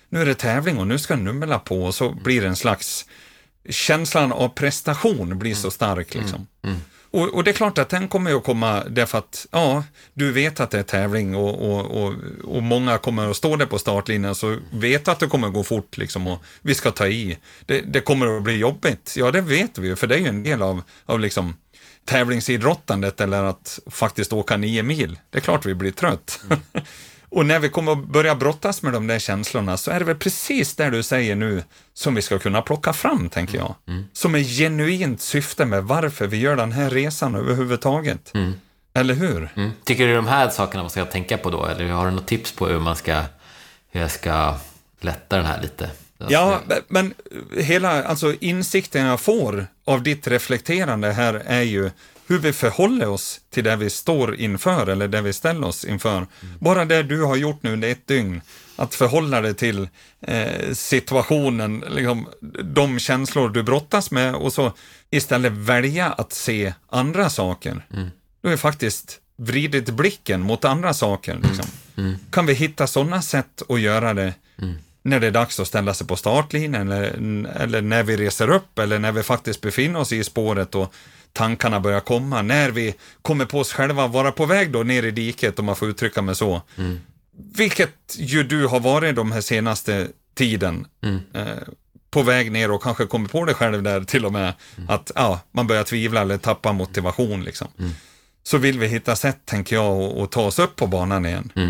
nu är det tävling och nu ska numla på, och så blir det en slags känslan av prestation blir så stark liksom. Mm. Mm. Och, och det är klart att den kommer att komma därför att ja, du vet att det är tävling och, och, och, och många kommer att stå där på startlinjen, så vet att det kommer att gå fort liksom, och vi ska ta i. Det, det kommer att bli jobbigt. Ja, det vet vi ju, för det är ju en del av, av liksom tävlingsidrottandet, eller att faktiskt åka nio mil. Det är klart vi blir trött. Mm. Och när vi kommer att börja brottas med de där känslorna, så är det väl precis där du säger nu som vi ska kunna plocka fram, tänker jag. Mm. Som är genuint syfte med varför vi gör den här resan överhuvudtaget. Mm. Eller hur? Mm. Tycker du de här sakerna man ska tänka på då? Eller har du något tips på hur man ska, hur jag ska lätta den här lite? Ja, men hela alltså insikten jag får av ditt reflekterande här är ju hur vi förhåller oss till det vi står inför, eller det vi ställer oss inför. Mm. Bara det du har gjort nu under ett dygn, att förhålla dig till eh, situationen, liksom, de känslor du brottas med, och så istället välja att se andra saker. Mm. Du är faktiskt vridit blicken mot andra saker. Liksom. Mm. Mm. Kan vi hitta sådana sätt att göra det mm. när det är dags att ställa sig på startlinjen, eller, eller när vi reser upp, eller när vi faktiskt befinner oss i spåret och tankarna börjar komma, när vi kommer på oss själva vara på väg då ner i diket, om man får uttrycka mig så. Mm. Vilket ju du har varit de här senaste tiden mm. eh, på väg ner, och kanske kommer på dig själv där till och med mm. att ja, man börjar tvivla eller tappa motivation liksom. Mm. Så vill vi hitta sätt, tänker jag, och, och ta oss upp på banan igen. Mm.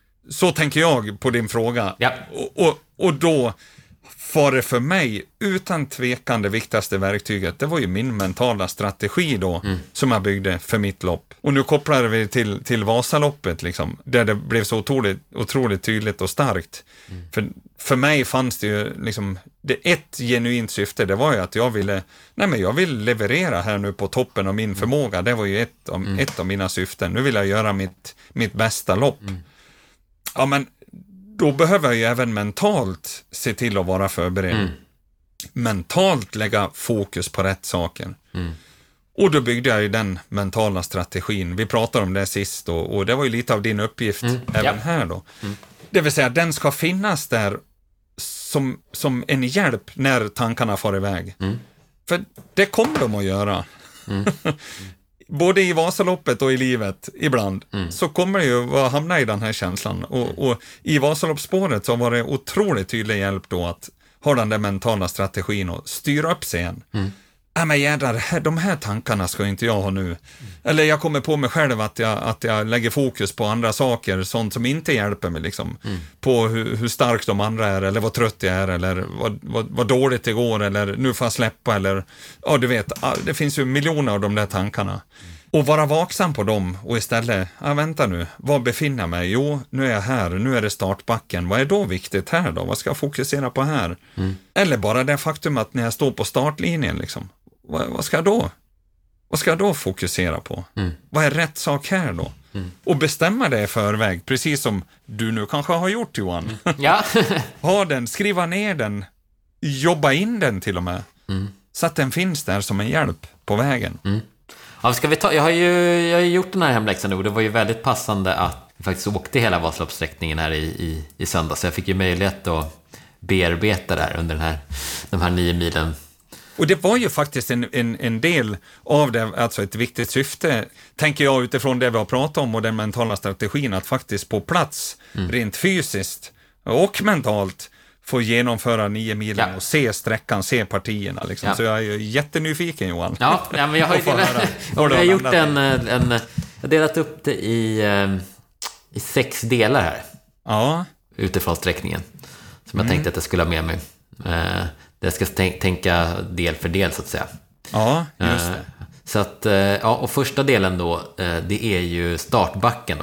Så tänker jag på din fråga. Ja. Och, och, och då var det för mig utan tvekan det viktigaste verktyget. Det var ju min mentala strategi då mm. som jag byggde för mitt lopp. Och nu kopplar vi till, till Vasaloppet liksom, där det blev så otroligt, otroligt tydligt och starkt. Mm. För, för mig fanns det ju liksom, det ett genuint syfte, det var ju att jag ville, nej men jag vill leverera här nu på toppen av min förmåga. Det var ju ett av, mm. ett av mina syften. Nu vill jag göra mitt, mitt bästa lopp. Mm. Ja, men då behöver jag ju även mentalt se till att vara förberedd. Mm. Mentalt lägga fokus på rätt saker. Mm. Och då byggde jag ju den mentala strategin. Vi pratade om det sist och, och det var ju lite av din uppgift mm. även ja. här då. Mm. Det vill säga, den ska finnas där som, som en hjälp när tankarna far iväg. Mm. För det kommer de att göra. Mm. Både i Vasaloppet och i livet ibland mm. så kommer det ju att hamna i den här känslan. Och, och i Vasaloppsspåret så var det otroligt tydlig hjälp då att ha den där mentala strategin och styra upp sig igen. Mm. Ja, men jädrar, de här tankarna ska inte jag ha nu. Mm. Eller jag kommer på mig själv att jag, att jag lägger fokus på andra saker, sånt som inte hjälper mig liksom. Mm. På hur, hur stark de andra är, eller vad trött jag är, eller vad, vad, vad dåligt det går, eller nu får jag släppa, eller ja, du vet, det finns ju miljoner av de där tankarna. Mm. Och vara vaksam på dem och istället, ja vänta nu, var befinner jag mig? Jo, nu är jag här, nu är det startbacken. Vad är då viktigt här då? Vad ska jag fokusera på här? Mm. Eller bara det faktum att när jag står på startlinjen liksom, vad, vad ska jag då? Vad ska jag då fokusera på? Mm. Vad är rätt sak här då? Mm. Och bestämma det i förväg, precis som du nu kanske har gjort, Johan. Mm. Ja. Ha den, skriva ner den, jobba in den till och med. Mm. Så att den finns där som en hjälp på vägen. Mm. Ja, ska vi ta, jag har ju jag har gjort den här hemläxan nu, och det var ju väldigt passande att vi faktiskt åkte hela Vasaloppssträckningen här i, i, i söndag, så jag fick ju möjlighet att bearbeta det här under den här, de här nio milen. Och det var ju faktiskt en, en, en del av det, alltså ett viktigt syfte, tänker jag, utifrån det vi har pratat om och den mentala strategin, att faktiskt på plats, mm. rent fysiskt och mentalt, få genomföra nio milen ja. och se sträckan, se partierna. Liksom. Ja. Så jag är ju jättenyfiken, Johan. Ja, ja men jag har ju delat, jag har gjort en, en, jag har delat upp det i, i sex delar här. Ja. Utifrån sträckningen. Som jag mm. tänkte att jag skulle ha med mig. Jag ska tänka del för del, så att säga. Ja, just det. Så att, ja, och första delen då, det är ju startbacken då.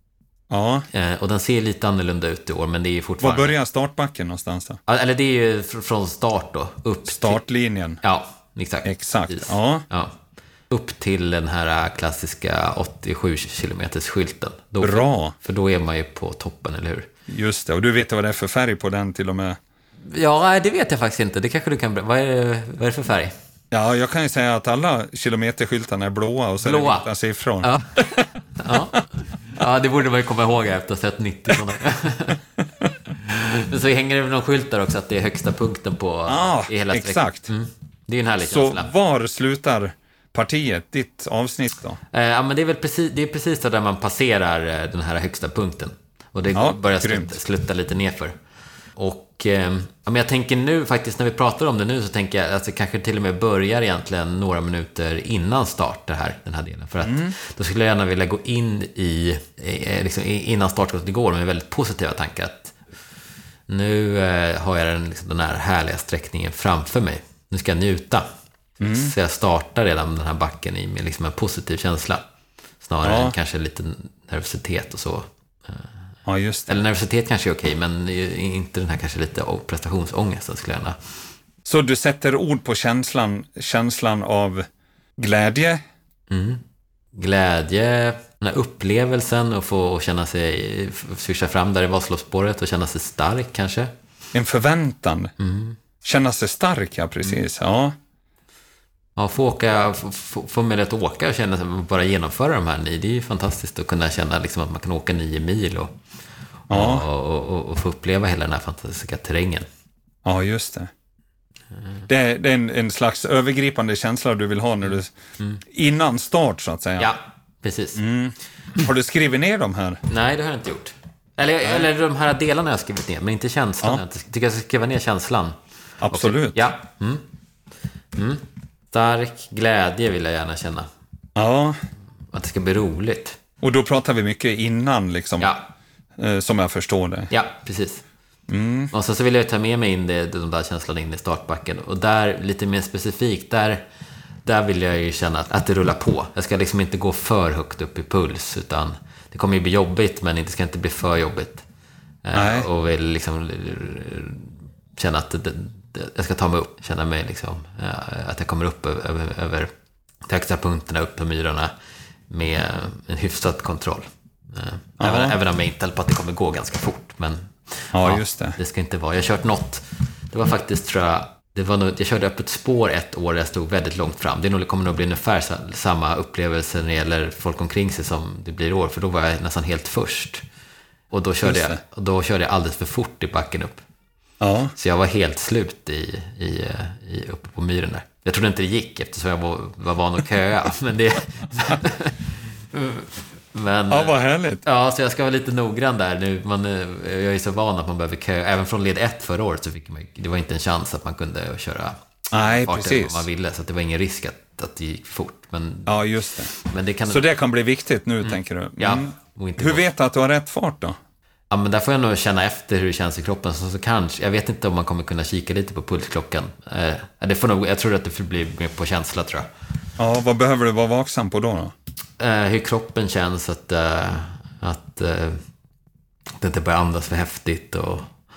Ja. Och den ser lite annorlunda ut i år, men det är ju fortfarande... Var börjar startbacken någonstans då? Eller det är ju från start då. Upp startlinjen. Till... Ja, exakt. Exakt, ja. ja. Upp till den här klassiska åttiosju kilometers skylten. Då, Bra. För då är man ju på toppen, eller hur? Just det, och du vet vad det är för färg på den till och med? Ja, det vet jag faktiskt inte. Det kanske du kan... Vad är det, vad är det för färg? Ja, jag kan ju säga att alla kilometerskyltarna är blåa och så blåa. Är det vita siffror. Ja. ja. Ja, det borde man ju komma ihåg efter att ha sett nittio sådana. Men så hänger det väl någon skylt där också att det är högsta punkten på ah, i hela sträckan. Exakt. Mm. Det är en härlig så känsla. Var slutar partiet, ditt avsnitt då? Eh, ja, men det är väl precis, det är precis där man passerar den här högsta punkten. Och det ja, börjar sluta, sluta lite nerför. Och eh, ja, men jag tänker nu faktiskt när vi pratar om det nu så tänker jag att det kanske till och med börjar egentligen några minuter innan start det här, den här delen. För att mm. då skulle jag gärna vilja gå in i, liksom, innan startskottet igår med väldigt positiva tankar. Att nu eh, har jag den, liksom, den här härliga sträckningen framför mig. Nu ska jag njuta. Mm. Så jag startar redan den här backen i med liksom en positiv känsla. Snarare ja. än kanske lite nervositet och så. Ja, just det. Eller nervositet kanske är okej, men inte den här kanske lite prestationsångesten skulle jag gärna. Så du sätter ord på känslan, känslan av glädje? Mm. Glädje, den här upplevelsen och få känna sig, swisha fram där i Vasaloppsspåret och känna sig stark kanske. En förväntan. Mm. Känna sig stark, ja precis. Mm. Ja. Ja, få, åka, få, få möjlighet att åka och känna sig bara genomföra de här. Det är ju fantastiskt att kunna känna liksom att man kan åka nio mil och, ja. och, och, och, och få uppleva hela den här fantastiska terrängen. Ja, just det. Mm. Det, är, det är en, en slags övergripande känsla du vill ha när du, mm. innan start så att säga. Ja, precis. Mm. Har du skrivit ner de här? Nej, det har jag inte gjort. Eller, eller de här delarna har jag skrivit ner, men inte känslan. Ja. Jag tycker jag ska skriva ner känslan. Absolut. Och, ja. Mm. Mm. Stark glädje vill jag gärna känna. Ja. Att det ska bli roligt. Och då pratar vi mycket innan liksom. Ja. Eh, som jag förstår det. Ja, precis. Mm. Och så, så vill jag ta med mig in det, de där känslorna in i startbacken. Och där, lite mer specifikt, där, där vill jag ju känna att, att det rullar på. Jag ska liksom inte gå för högt upp i puls, utan det kommer ju bli jobbigt, men det ska inte bli för jobbigt. Nej. Eh, och vill liksom känna att det, det, jag ska ta mig upp, känna mig liksom, att jag kommer upp över, över högsta punkterna, upp på myrarna med en hyfsad kontroll. Även, även om jag inte på att det kommer gå ganska fort. Men ja, ja, just det. Det ska inte vara. Jag har kört något. Det var faktiskt, tror jag, det var nog, jag körde öppet spår ett år där jag stod väldigt långt fram. Det nog, kommer nog bli ungefär samma upplevelse när det gäller folk omkring sig som det blir i år. För då var jag nästan helt först. Och då körde, jag, och då körde jag alldeles för fort i backen upp. Ja. Så jag var helt slut i, i, i, uppe på myren där. Jag trodde inte det gick eftersom jag var, var van att köa. Men det... men, ja, vad härligt. Ja, så jag ska vara lite noggrann där nu. Man, jag är så van att man behöver köa. Även från led ett förra året så fick man, det var inte en chans att man kunde köra Nej, farten precis. om man ville. Så att det var ingen risk att, att det gick fort. Men, ja, just det. Men det kan, så det kan bli viktigt nu, mm. tänker du? Mm. Ja. Inte Hur gå. vet du att du har rätt fart då? Ja, men där får jag nog känna efter hur det känns i kroppen. Så, så kanske, jag vet inte om man kommer kunna kika lite på pulsklockan. Eh, det får nog, jag tror att det får bli mer på känsla, tror jag. Ja, vad behöver du vara vaksam på då? då? Eh, hur kroppen känns, att, eh, att, eh, att det inte börjar andas för häftigt. Och,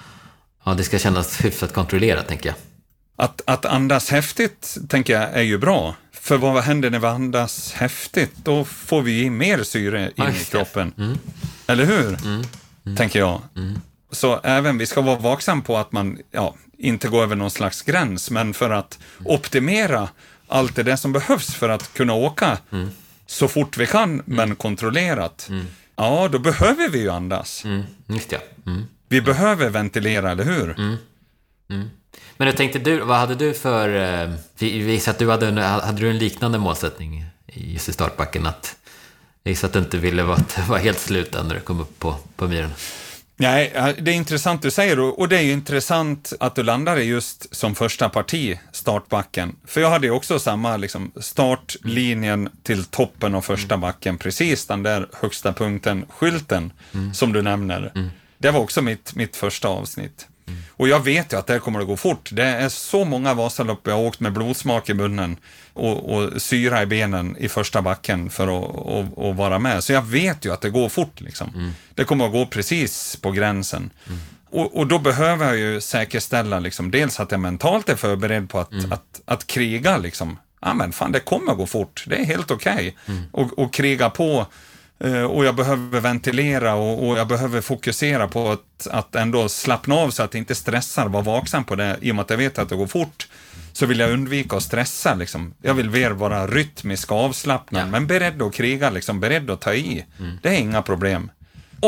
ja, det ska kännas hyfsat kontrollerat, tänker jag. Att, att andas häftigt, tänker jag, är ju bra. För vad händer när vi andas häftigt? Då får vi in mer syre in ja, i kroppen. Mm. Eller hur? Mm. Mm. Tänker jag. Mm. Så även vi ska vara vaksam på att man ja, inte går över någon slags gräns, men för att optimera allt det där som behövs för att kunna åka mm. så fort vi kan, mm. men kontrollerat. Mm. Ja, då behöver vi ju andas. Mm. Just ja. Mm. Vi behöver ventilera, eller hur? Mm. Mm. Men jag tänkte, du, vad hade du för... Vi visade att du hade, hade du en liknande målsättning just i startbacken, att jag gissar att du inte ville vara, vara helt slut när du kom upp på, på myren. Nej, det är intressant du säger, och det är ju intressant att du landade just som första parti, startbacken. För jag hade ju också samma liksom, startlinjen till toppen av första backen, precis den där högsta punkten, skylten, mm. som du nämner. Mm. Det var också mitt, mitt första avsnitt. Mm. Och jag vet ju att det kommer att gå fort. Det är så många Vasalopp jag har åkt med blodsmak i munnen och, och syra i benen i första backen för att och, och vara med. Så jag vet ju att det går fort. Liksom. Mm. Det kommer att gå precis på gränsen. Mm. Och, och då behöver jag ju säkerställa liksom, dels att jag mentalt är förberedd på att, mm. att, att, att kriga. Liksom. Ja, men fan, det kommer att gå fort. Det är helt okej. Okay. Mm. Och, och kriga på. Och jag behöver ventilera och, och jag behöver fokusera på att, att ändå slappna av så att jag inte stressar, vara vaksam på det. I och med att jag vet att det går fort så vill jag undvika att stressa. Liksom. Jag vill mer vara rytmisk och avslappnad, ja. men beredd att kriga, liksom, beredd att ta i. Mm. Det är inga problem. Och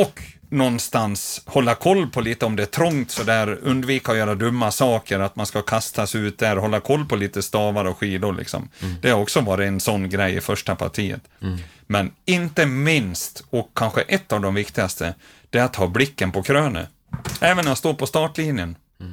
någonstans hålla koll på lite om det är trångt så där, undvika att göra dumma saker, att man ska kastas ut där, hålla koll på lite stavar och skidor liksom. Mm. Det har också varit en sån grej i första partiet. Mm. Men inte minst, och kanske ett av de viktigaste, det är att ha blicken på krönet. Även när jag står på startlinjen. Mm.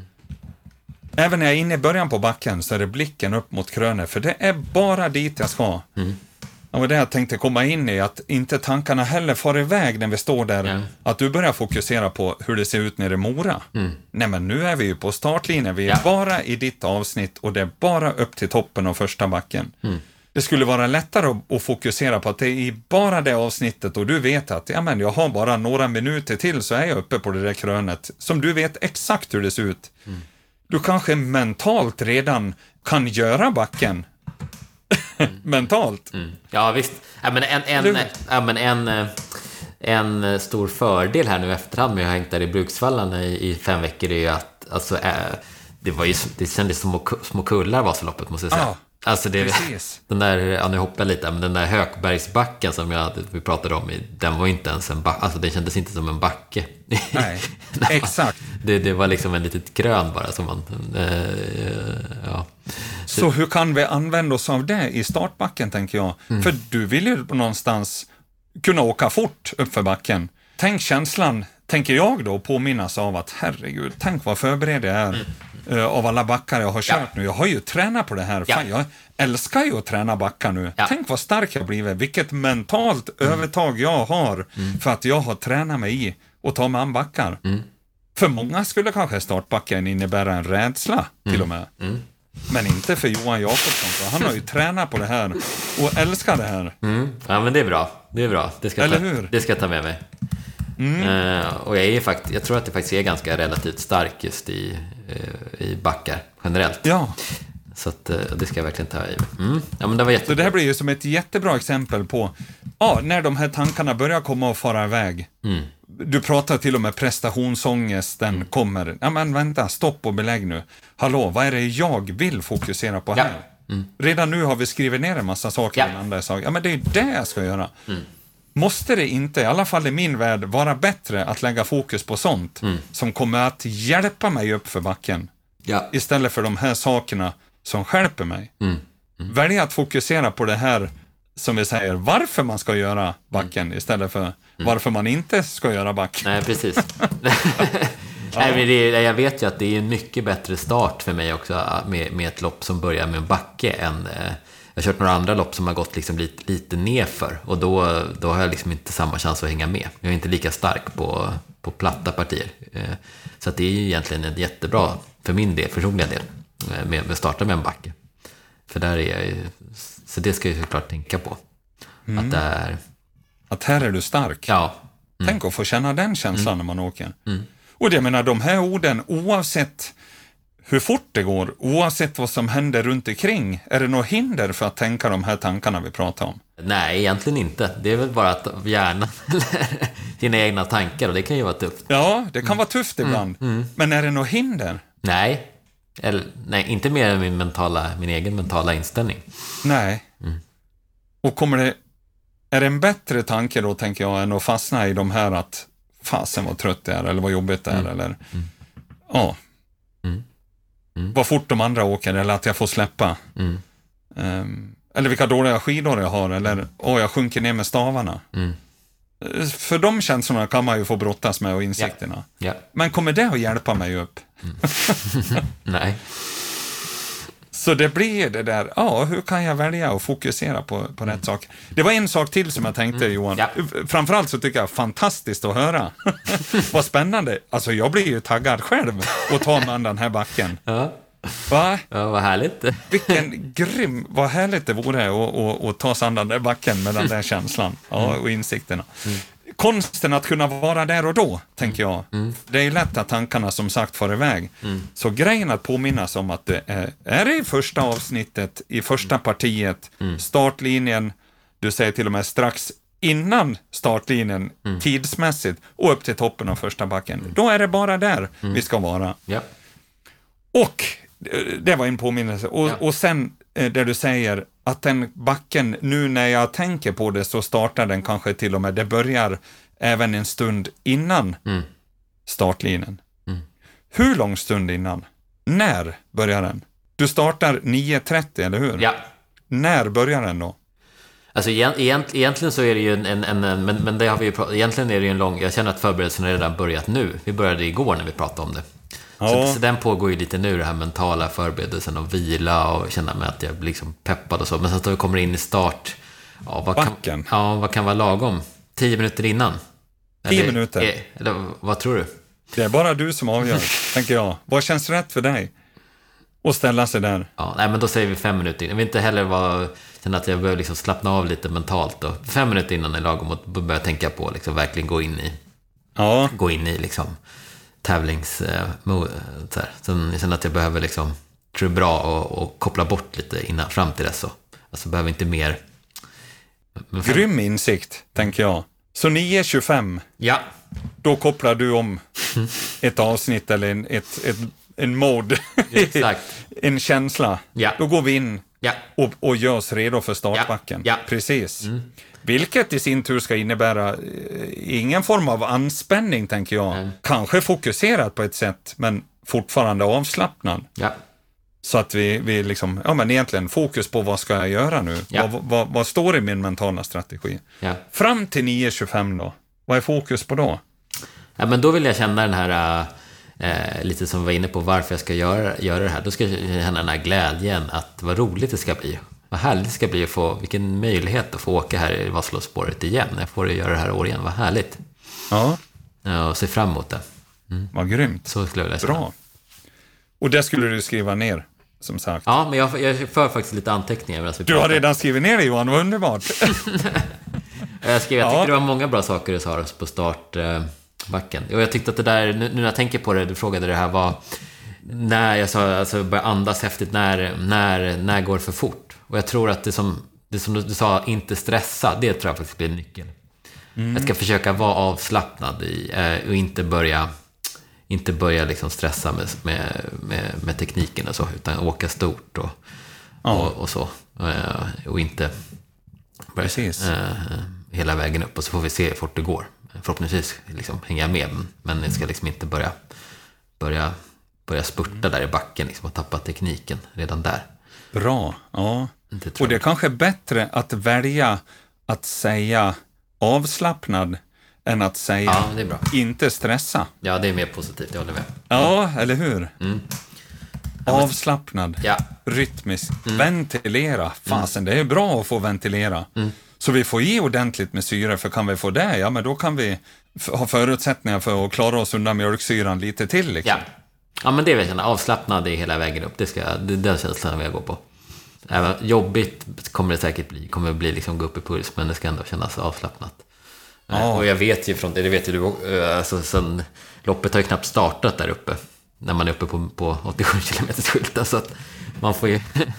Även när jag är inne i början på backen så är det blicken upp mot krönet, för det är bara dit jag ska. Mm. Och det jag tänkte komma in i, att inte tankarna heller far iväg när vi står där. Ja. Att du börjar fokusera på hur det ser ut nere i Mora. Mm. Nej, men nu är vi ju på startlinjen. Vi är ja. bara i ditt avsnitt och det är bara upp till toppen av första backen. Mm. Det skulle vara lättare att, att fokusera på att det är i bara det avsnittet och du vet att ja, men jag har bara några minuter till så är jag uppe på det där krönet. Som du vet exakt hur det ser ut. Mm. Du kanske mentalt redan kan göra backen. Mm. Mentalt. Mm. Ja, visst. Ja, men en, en, ja, men en, en stor fördel här nu efterhand med att ha hängt där i Bruksvallarna i, i fem veckor är ju att alltså, äh, det, var ju, det kändes som små, små kullar Vasaloppet, måste jag säga. Ah, alltså det, den där, ja, nu hoppar jag lite, men den där Hökbergsbacken som jag, vi pratade om, den var inte ens en backe, alltså det kändes inte som en backe. Nej, exakt. Det, det var liksom en litet grön bara som man, äh, ja. Så hur kan vi använda oss av det i startbacken, tänker jag? Mm. För du vill ju någonstans kunna åka fort upp för backen. Tänk känslan, tänker jag då, påminnas av att herregud, tänk vad förberedd jag är mm. uh, av alla backar jag har kört ja. nu. Jag har ju tränat på det här. Ja. Fan, jag älskar ju att träna backar nu. Ja. Tänk vad stark jag blivit. Vilket mentalt mm. övertag jag har mm. för att jag har tränat mig i och ta mig an backar. Mm. För många skulle kanske startbacken innebära en rädsla mm. till och med. Mm. Men inte för Johan Jakobsson, för han har ju tränat på det här och älskar det här. Mm. Ja, men det är bra. Det är bra. Det ska Eller ta, hur? Det ska jag ta med mig. Mm. Uh, och jag är fakt- jag tror att det faktiskt är ganska relativt stark just i, uh, i backar generellt. Ja. Så att, uh, det ska jag verkligen ta i. Mm. Ja, men det var jättebra. Så det här blir ju som ett jättebra exempel på ja, när de här tankarna börjar komma och fara iväg. Mm. Du pratar till och med prestationsångesten mm. kommer. Ja, men vänta, stopp och belägg nu. Hallå, vad är det jag vill fokusera på här? Ja. Mm. Redan nu har vi skrivit ner en massa saker. Ja, andra saker. Ja, men det är det jag ska göra. Mm. Måste det inte, i alla fall i min värld, vara bättre att lägga fokus på sånt mm. som kommer att hjälpa mig upp för backen? Ja. Istället för de här sakerna som hjälper mig. Mm. Mm. Välja att fokusera på det här som vi säger, varför man ska göra backen mm. istället för mm. varför man inte ska göra backen. Nej, precis. Nej, men det, jag vet ju att det är en mycket bättre start för mig också med, med ett lopp som börjar med en backe än... Eh, jag har kört några andra lopp som har gått liksom lite, lite nerför och då, då har jag liksom inte samma chans att hänga med. Jag är inte lika stark på, på platta partier. Eh, så att det är ju egentligen en jättebra, för min del, personliga del, med, med starta med en backe. För där är jag ju... Så det ska jag såklart tänka på. Mm. Att det är... Att här är du stark. Ja. Mm. Tänk att få känna den känslan mm. när man åker. Mm. Och det menar, de här orden, oavsett hur fort det går, oavsett vad som händer runt omkring, är det något hinder för att tänka de här tankarna vi pratar om? Nej, egentligen inte. Det är väl bara att hjärnan eller dina egna tankar, och det kan ju vara tufft. Ja, det kan mm. vara tufft ibland. Mm. Mm. Men är det något hinder? Nej. Eller, nej, inte mer än min, mentala, min egen mentala inställning. Nej. Mm. Och kommer det, är det en bättre tanke då, tänker jag, än att fastna i de här att fasen vad trött det är, eller vad jobbigt det är, mm. eller mm. ja. Mm. Mm. Vad fort de andra åker, eller att jag får släppa. Mm. Um, eller vilka dåliga skidor jag har, eller åh, jag sjunker ner med stavarna. Mm. För de känslorna kan man ju få brottas med, och insikterna. Ja. Ja. Men kommer det att hjälpa mig upp? Mm. Nej. Så det blir det där, ja, hur kan jag välja och fokusera på, på rätt sak? Det var en sak till som jag tänkte, mm. Johan. Ja. Framförallt så tycker jag fantastiskt att höra. Vad spännande. Alltså jag blir ju taggad själv att ta med den här backen. Ja. Va? Ja, vad härligt. Vilken grym, vad härligt det vore att, att, att ta sig an den där backen med den där känslan, ja, och insikterna. Mm. Konsten att kunna vara där och då, tänker jag. Mm. Det är lätt att tankarna som sagt far iväg. Mm. Så grejen att påminnas om att det är, är det i första avsnittet, i första partiet, mm. startlinjen, du säger till och med strax innan startlinjen, mm. tidsmässigt, och upp till toppen av första backen. Mm. Då är det bara där mm. vi ska vara. Ja. Och det var en påminnelse. Och, ja. och sen där du säger att den backen, nu när jag tänker på det, så startar den kanske till och med, det börjar även en stund innan Mm. startlinjen. Mm. Hur lång stund innan? När börjar den? Du startar nio trettio, eller hur? Ja. När börjar den då? Alltså egent, egentligen så är det ju en, en, en, en men, men det har vi ju pratat, egentligen är det ju en lång, jag känner att förberedelsen har redan börjat nu. Vi började igår när vi pratade om det. Ja. Så, så den pågår ju lite nu, det här mentala förberedelsen och vila och känna mig att jag blir liksom peppad och så. Men sen då vi kommer in i start, ja, vad kan, Backen. ja, vad kan vara lagom? Tio minuter innan? Tio eller, minuter? Är, eller vad tror du? Det är bara du som avgör, tänker jag. Vad känns rätt för dig? Och ställa sig där. Ja, nej, men då säger vi fem minuter innan. Jag vill inte heller vara, känna att jag behöver liksom slappna av lite mentalt. Då. Fem minuter innan är lagom att börja tänka på, liksom, verkligen gå in i, Ja. gå in i liksom, tävlings... Eh, mo- så här. Sen jag känner att jag behöver liksom, tror det är bra och, och koppla bort lite innan, fram till dess. Så. Alltså behöver inte mer... Men fem... Grym insikt, tänker jag. Så nio tjugofem, Ja. då kopplar du om ett avsnitt eller en, ett, ett, en mode. Exakt. En känsla. Ja. Då går vi in Ja. och, och gör oss redo för startbacken. Ja. Ja. Precis. Mm. Vilket i sin tur ska innebära eh, ingen form av anspänning, tänker jag. Mm. Kanske fokuserat på ett sätt, men fortfarande avslappnad. Ja. Så att vi, vi liksom, ja men egentligen fokus på vad ska jag göra nu? Ja. Vad, vad, vad står i min mentala strategi? Ja. Fram till nio tjugofem då? Vad är fokus på då? Ja, men då vill jag känna den här, eh, lite som vi var inne på, varför jag ska göra, göra det här. Då ska jag känna den här glädjen, att vad roligt det ska bli. Vad härligt det ska bli att få, vilken möjlighet att få åka här i Vasaloppsspåret igen. Jag får göra det här år igen, vad härligt. Ja, Ja, och se fram emot det. Mm. vad grymt. Så skulle jag vilja känna. Bra. Och det skulle du skriva ner, som sagt. Ja, men jag, jag för faktiskt lite anteckningar medan vi Du har pratar. redan skrivit ner det, Johan, vad underbart. Jag skrev, jag Ja. tyckte det var många bra saker du sa på startbacken. Och jag tyckte att det där, nu när jag tänker på det, du frågade det här, var när jag sa, alltså börja andas häftigt, när, när, när går för fort? Och jag tror att det som, det som du sa, inte stressa, det tror jag faktiskt blir en nyckel. Mm. Jag ska försöka vara avslappnad i, och inte börja, inte börja liksom stressa med, med, med, med tekniken och så, utan åka stort och, Ja. och, och så. Och inte börja, Precis. eh, hela vägen upp, och så får vi se hur fort det går. Förhoppningsvis liksom hänga med, men jag ska liksom inte börja, börja, börja spurta där i backen liksom, och tappa tekniken redan där. Bra, ja. Det tror Och det är jag. kanske bättre att välja att säga avslappnad än att säga Ja, det är bra. inte stressa. Ja, det är mer positivt, jag håller med. Ja, eller hur? Mm. Avslappnad, Ja. rytmisk, ventilera. Fasen, det är bra att få ventilera. Så vi får i ordentligt med syre, för kan vi få det, ja men då kan vi f- ha förutsättningar för att klara oss undan mjölksyran lite till. Liksom. Ja. Ja, men det vill jag känna. Avslappnad är hela vägen upp. Det ska, det är den känslan jag går på. Även jobbigt kommer det säkert bli. Kommer det bli liksom gå upp i puls, men det ska ändå kännas avslappnat. Ja. Och jag vet ju från det, det vet ju du, alltså, sen, loppet har ju knappt startat där uppe. När man är uppe på, på åttiosju kilometers skylten, så att man får ju,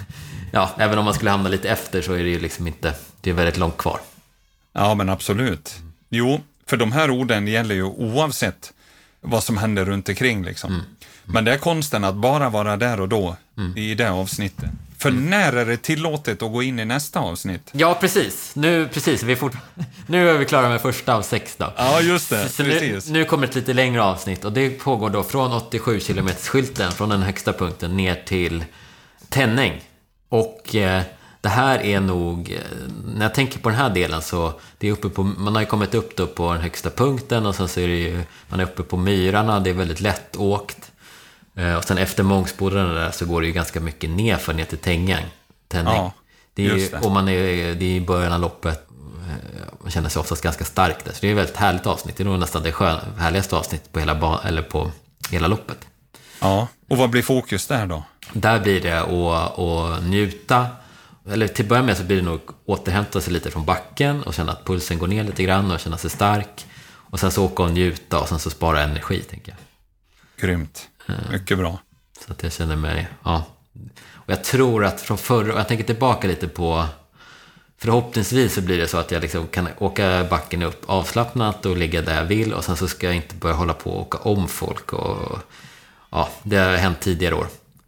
ja, även om man skulle hamna lite efter, så är det ju liksom inte, det är väldigt långt kvar. Ja, men absolut. Jo, för de här orden gäller ju oavsett vad som händer runt omkring. Liksom. Mm. Men det är konsten att bara vara där och då i det avsnittet. För när är det tillåtet att gå in i nästa avsnitt? Ja, precis. Nu, precis, vi fort, nu är vi klara med första av sex då. Ja, just det. Så nu, Precis. nu kommer ett lite längre avsnitt, och det pågår då från åttiosju kilometers skylten, från den högsta punkten ner till Tänning. Och eh, det här är nog, eh, när jag tänker på den här delen, så det är uppe på, man har ju kommit upp då på den högsta punkten, och sen så är det ju, man är uppe på myrarna, det är väldigt lätt åkt. Eh, och sen efter Mångsbodarna där så går det ju ganska mycket ner för ner till Tängen. Tänning. Ja, det är ju, just det. och man är, det är i början av loppet, eh, man känner sig oftast ganska stark där. Så det är ett väldigt härligt avsnitt. Det är nog nästan det skön, härligaste avsnitt på hela, ba, eller på hela loppet. Ja, och vad blir fokus där då? Där blir det att, att njuta. Eller till att börja med så blir det nog återhämta sig lite från backen och känna att pulsen går ner lite grann och känna sig stark. Och sen så åka och njuta och sen så spara energi, tänker jag. Grymt. Mycket bra. Så att jag känner mig, ja. Och jag tror att från förra, och jag tänker tillbaka lite på, förhoppningsvis så blir det så att jag liksom kan åka backen upp avslappnat och ligga där jag vill, och sen så ska jag inte börja hålla på och åka om folk. Och ja, det har hänt tidigare år.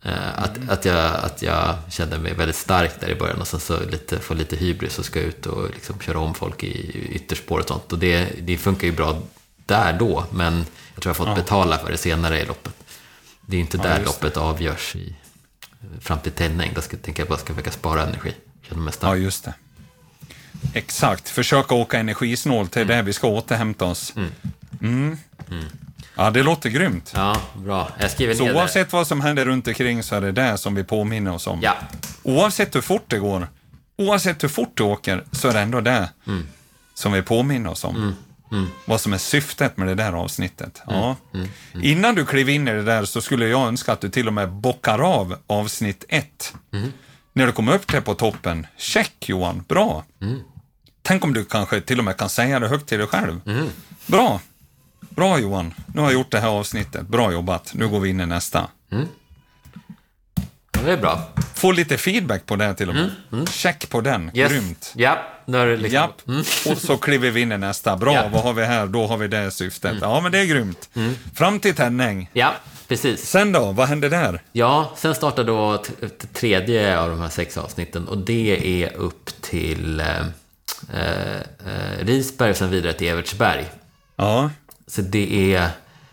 Eh, att, att, jag, att jag kände mig väldigt stark där i början och sen så lite, få lite hybris och ska ut och liksom köra om folk i ytterspår och sånt. Och det, det funkar ju bra där då, men jag tror jag har fått ja. betala för det senare i loppet. Det är inte ja, där loppet det. avgörs i, fram till tändning. Där ska, tänker jag bara ska försöka spara energi. Ja, just det. Exakt, försöka åka energisnålt till mm. det vi ska återhämta oss. Mm. Mm. Mm. Ja, det låter grymt. Ja, bra. Jag skriver så ner oavsett det. vad som händer runt omkring så är det det som vi påminner oss om. Ja. Oavsett hur fort det går, oavsett hur fort du åker, så är det ändå det mm. som vi påminner oss om. Mm. Mm. Vad som är syftet med det där avsnittet. Mm. Ja. Mm. Mm. Innan du kliver in i det där så skulle jag önska att du till och med bockar av avsnitt ett. Mm. När du kommer upp där på toppen. Check, Johan, bra. Mm. Tänk om du kanske till och med kan säga det högt till dig själv. Mm. Bra. Bra, Johan. Nu har jag gjort det här avsnittet. Bra jobbat. Nu går vi in i nästa. Mm. Det är bra. Få lite feedback på det till och med. Mm. Mm. Check på den. Yes. Grymt. Ja, då är det liksom... Japp. Mm. Och så kliver vi in i nästa. Bra, ja. Vad har vi här? Då har vi det syftet. Mm. Ja, men det är grymt. Mm. Fram till tändning. Ja, precis. Sen då? Vad händer där? Ja, sen startar då t- tredje av de här sex avsnitten. Och det är upp till eh, eh, Risberg och sen vidare till Evertsberg. Ja. Så det är...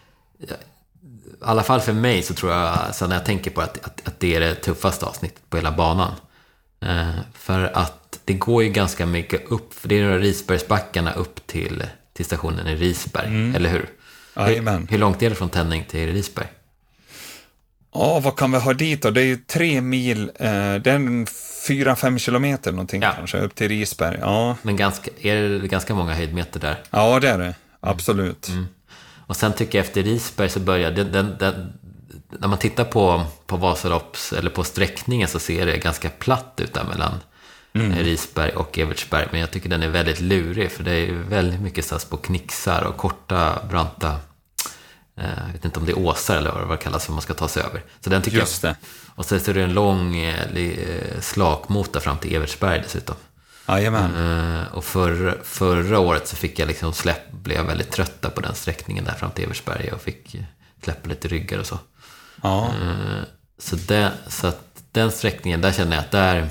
I alla fall för mig så tror jag, så när jag tänker på att, att, att det är det tuffaste avsnittet på hela banan. Eh, för att det går ju ganska mycket upp, för det är Risbergsbackarna upp till, till stationen i Risberg, mm. eller hur? Hur, hur långt är det från Tändning till Risberg? Ja, vad kan vi ha dit då? Det är ju tre mil, eh, det är en fyra, fem kilometer någonting ja. kanske, upp till Risberg. Ja. Men ganska, är det ganska många höjdmeter där? Ja, det är det. Absolut. Mm. Och sen tycker jag efter Risberg så börjar den, den, den, när man tittar på, på Vasalopps eller på sträckningen så ser det ganska platt ut där mellan mm. Risberg och Evertsberg. Men jag tycker den är väldigt lurig för det är väldigt mycket sats på knixar och korta, branta, eh, jag vet inte om det är åsar eller vad det kallas för man ska ta sig över. Så den tycker Just jag. Det. Och så är det en lång eh, slakmota fram till Evertsberg dessutom. Jajamän. Uh, och för, förra året så fick jag liksom släpp, blev jag väldigt trötta på den sträckningen där fram till Evertsberg och fick släppa lite ryggar och så. Ja. Uh, så, det, så att den sträckningen, där känner jag att där,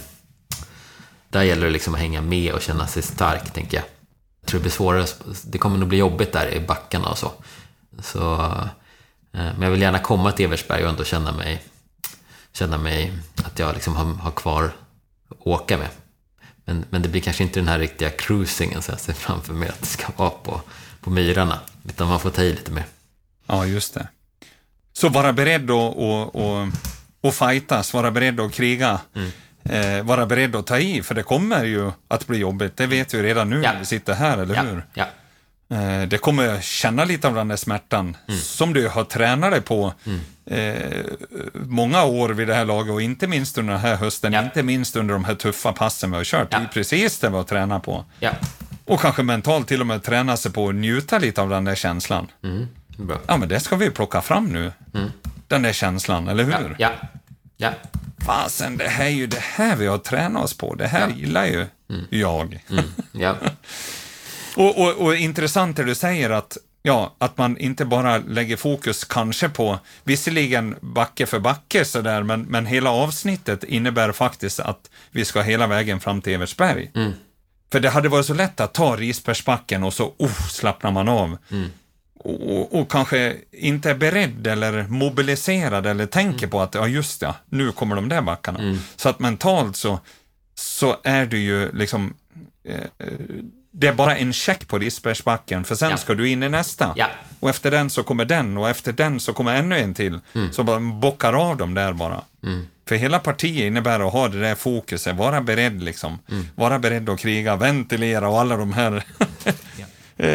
där gäller det liksom att hänga med och känna sig stark, tänker jag. Jag tror det blir svårare, det kommer nog bli jobbigt där i backarna och så. så uh, men jag vill gärna komma till Evertsberg och ändå känna mig, känna mig att jag liksom har, har kvar att åka med. Men, men det blir kanske inte den här riktiga cruisingen så jag ser framför mig att det ska vara på, på myrarna. Utan man får ta i lite mer. Ja, just det. Så vara beredd att och, och, och fightas, vara beredd att kriga. Mm. Eh, vara beredd att ta i, för det kommer ju att bli jobbigt. Det vet vi redan nu ja. när vi sitter här, eller ja. hur? Ja. Eh, det kommer känna lite av den där smärtan mm. som du har tränat dig på mm. eh, många år vid det här laget och inte minst under den här hösten, ja. inte minst under de här tuffa passen vi har kört. Ja. Det är precis det vi har tränat på. Ja. Och kanske mentalt till och med träna sig på att njuta lite av den där känslan. Mm. Bra. Ja, men det ska vi plocka fram nu. Mm. Den där känslan, eller hur? Ja. Ja. Fasen, det här är ju det här vi har tränat oss på. Det här ja. gillar ju mm. jag. Mm. Ja. och, och, och intressant är du säger att ja, att man inte bara lägger fokus kanske på, visserligen backe för backe sådär, men, men hela avsnittet innebär faktiskt att vi ska hela vägen fram till Evertsberg. Mm. För det hade varit så lätt att ta Risbergsbacken och så oh, slappnar man av. Mm. Och, och kanske inte är beredd eller mobiliserad eller tänker mm. på att ja just det, nu kommer de där backarna. Mm. Så att mentalt så, så är du ju liksom eh, det är bara en check på Risbergsbacken, för sen ja. ska du in i nästa. Ja. Och efter den så kommer den, och efter den så kommer ännu en till. Mm. Så bara bockar av dem där bara. Mm. För hela partiet innebär att ha det där fokuset, vara beredd liksom. Mm. Vara beredd att kriga, ventilera och alla de här ja.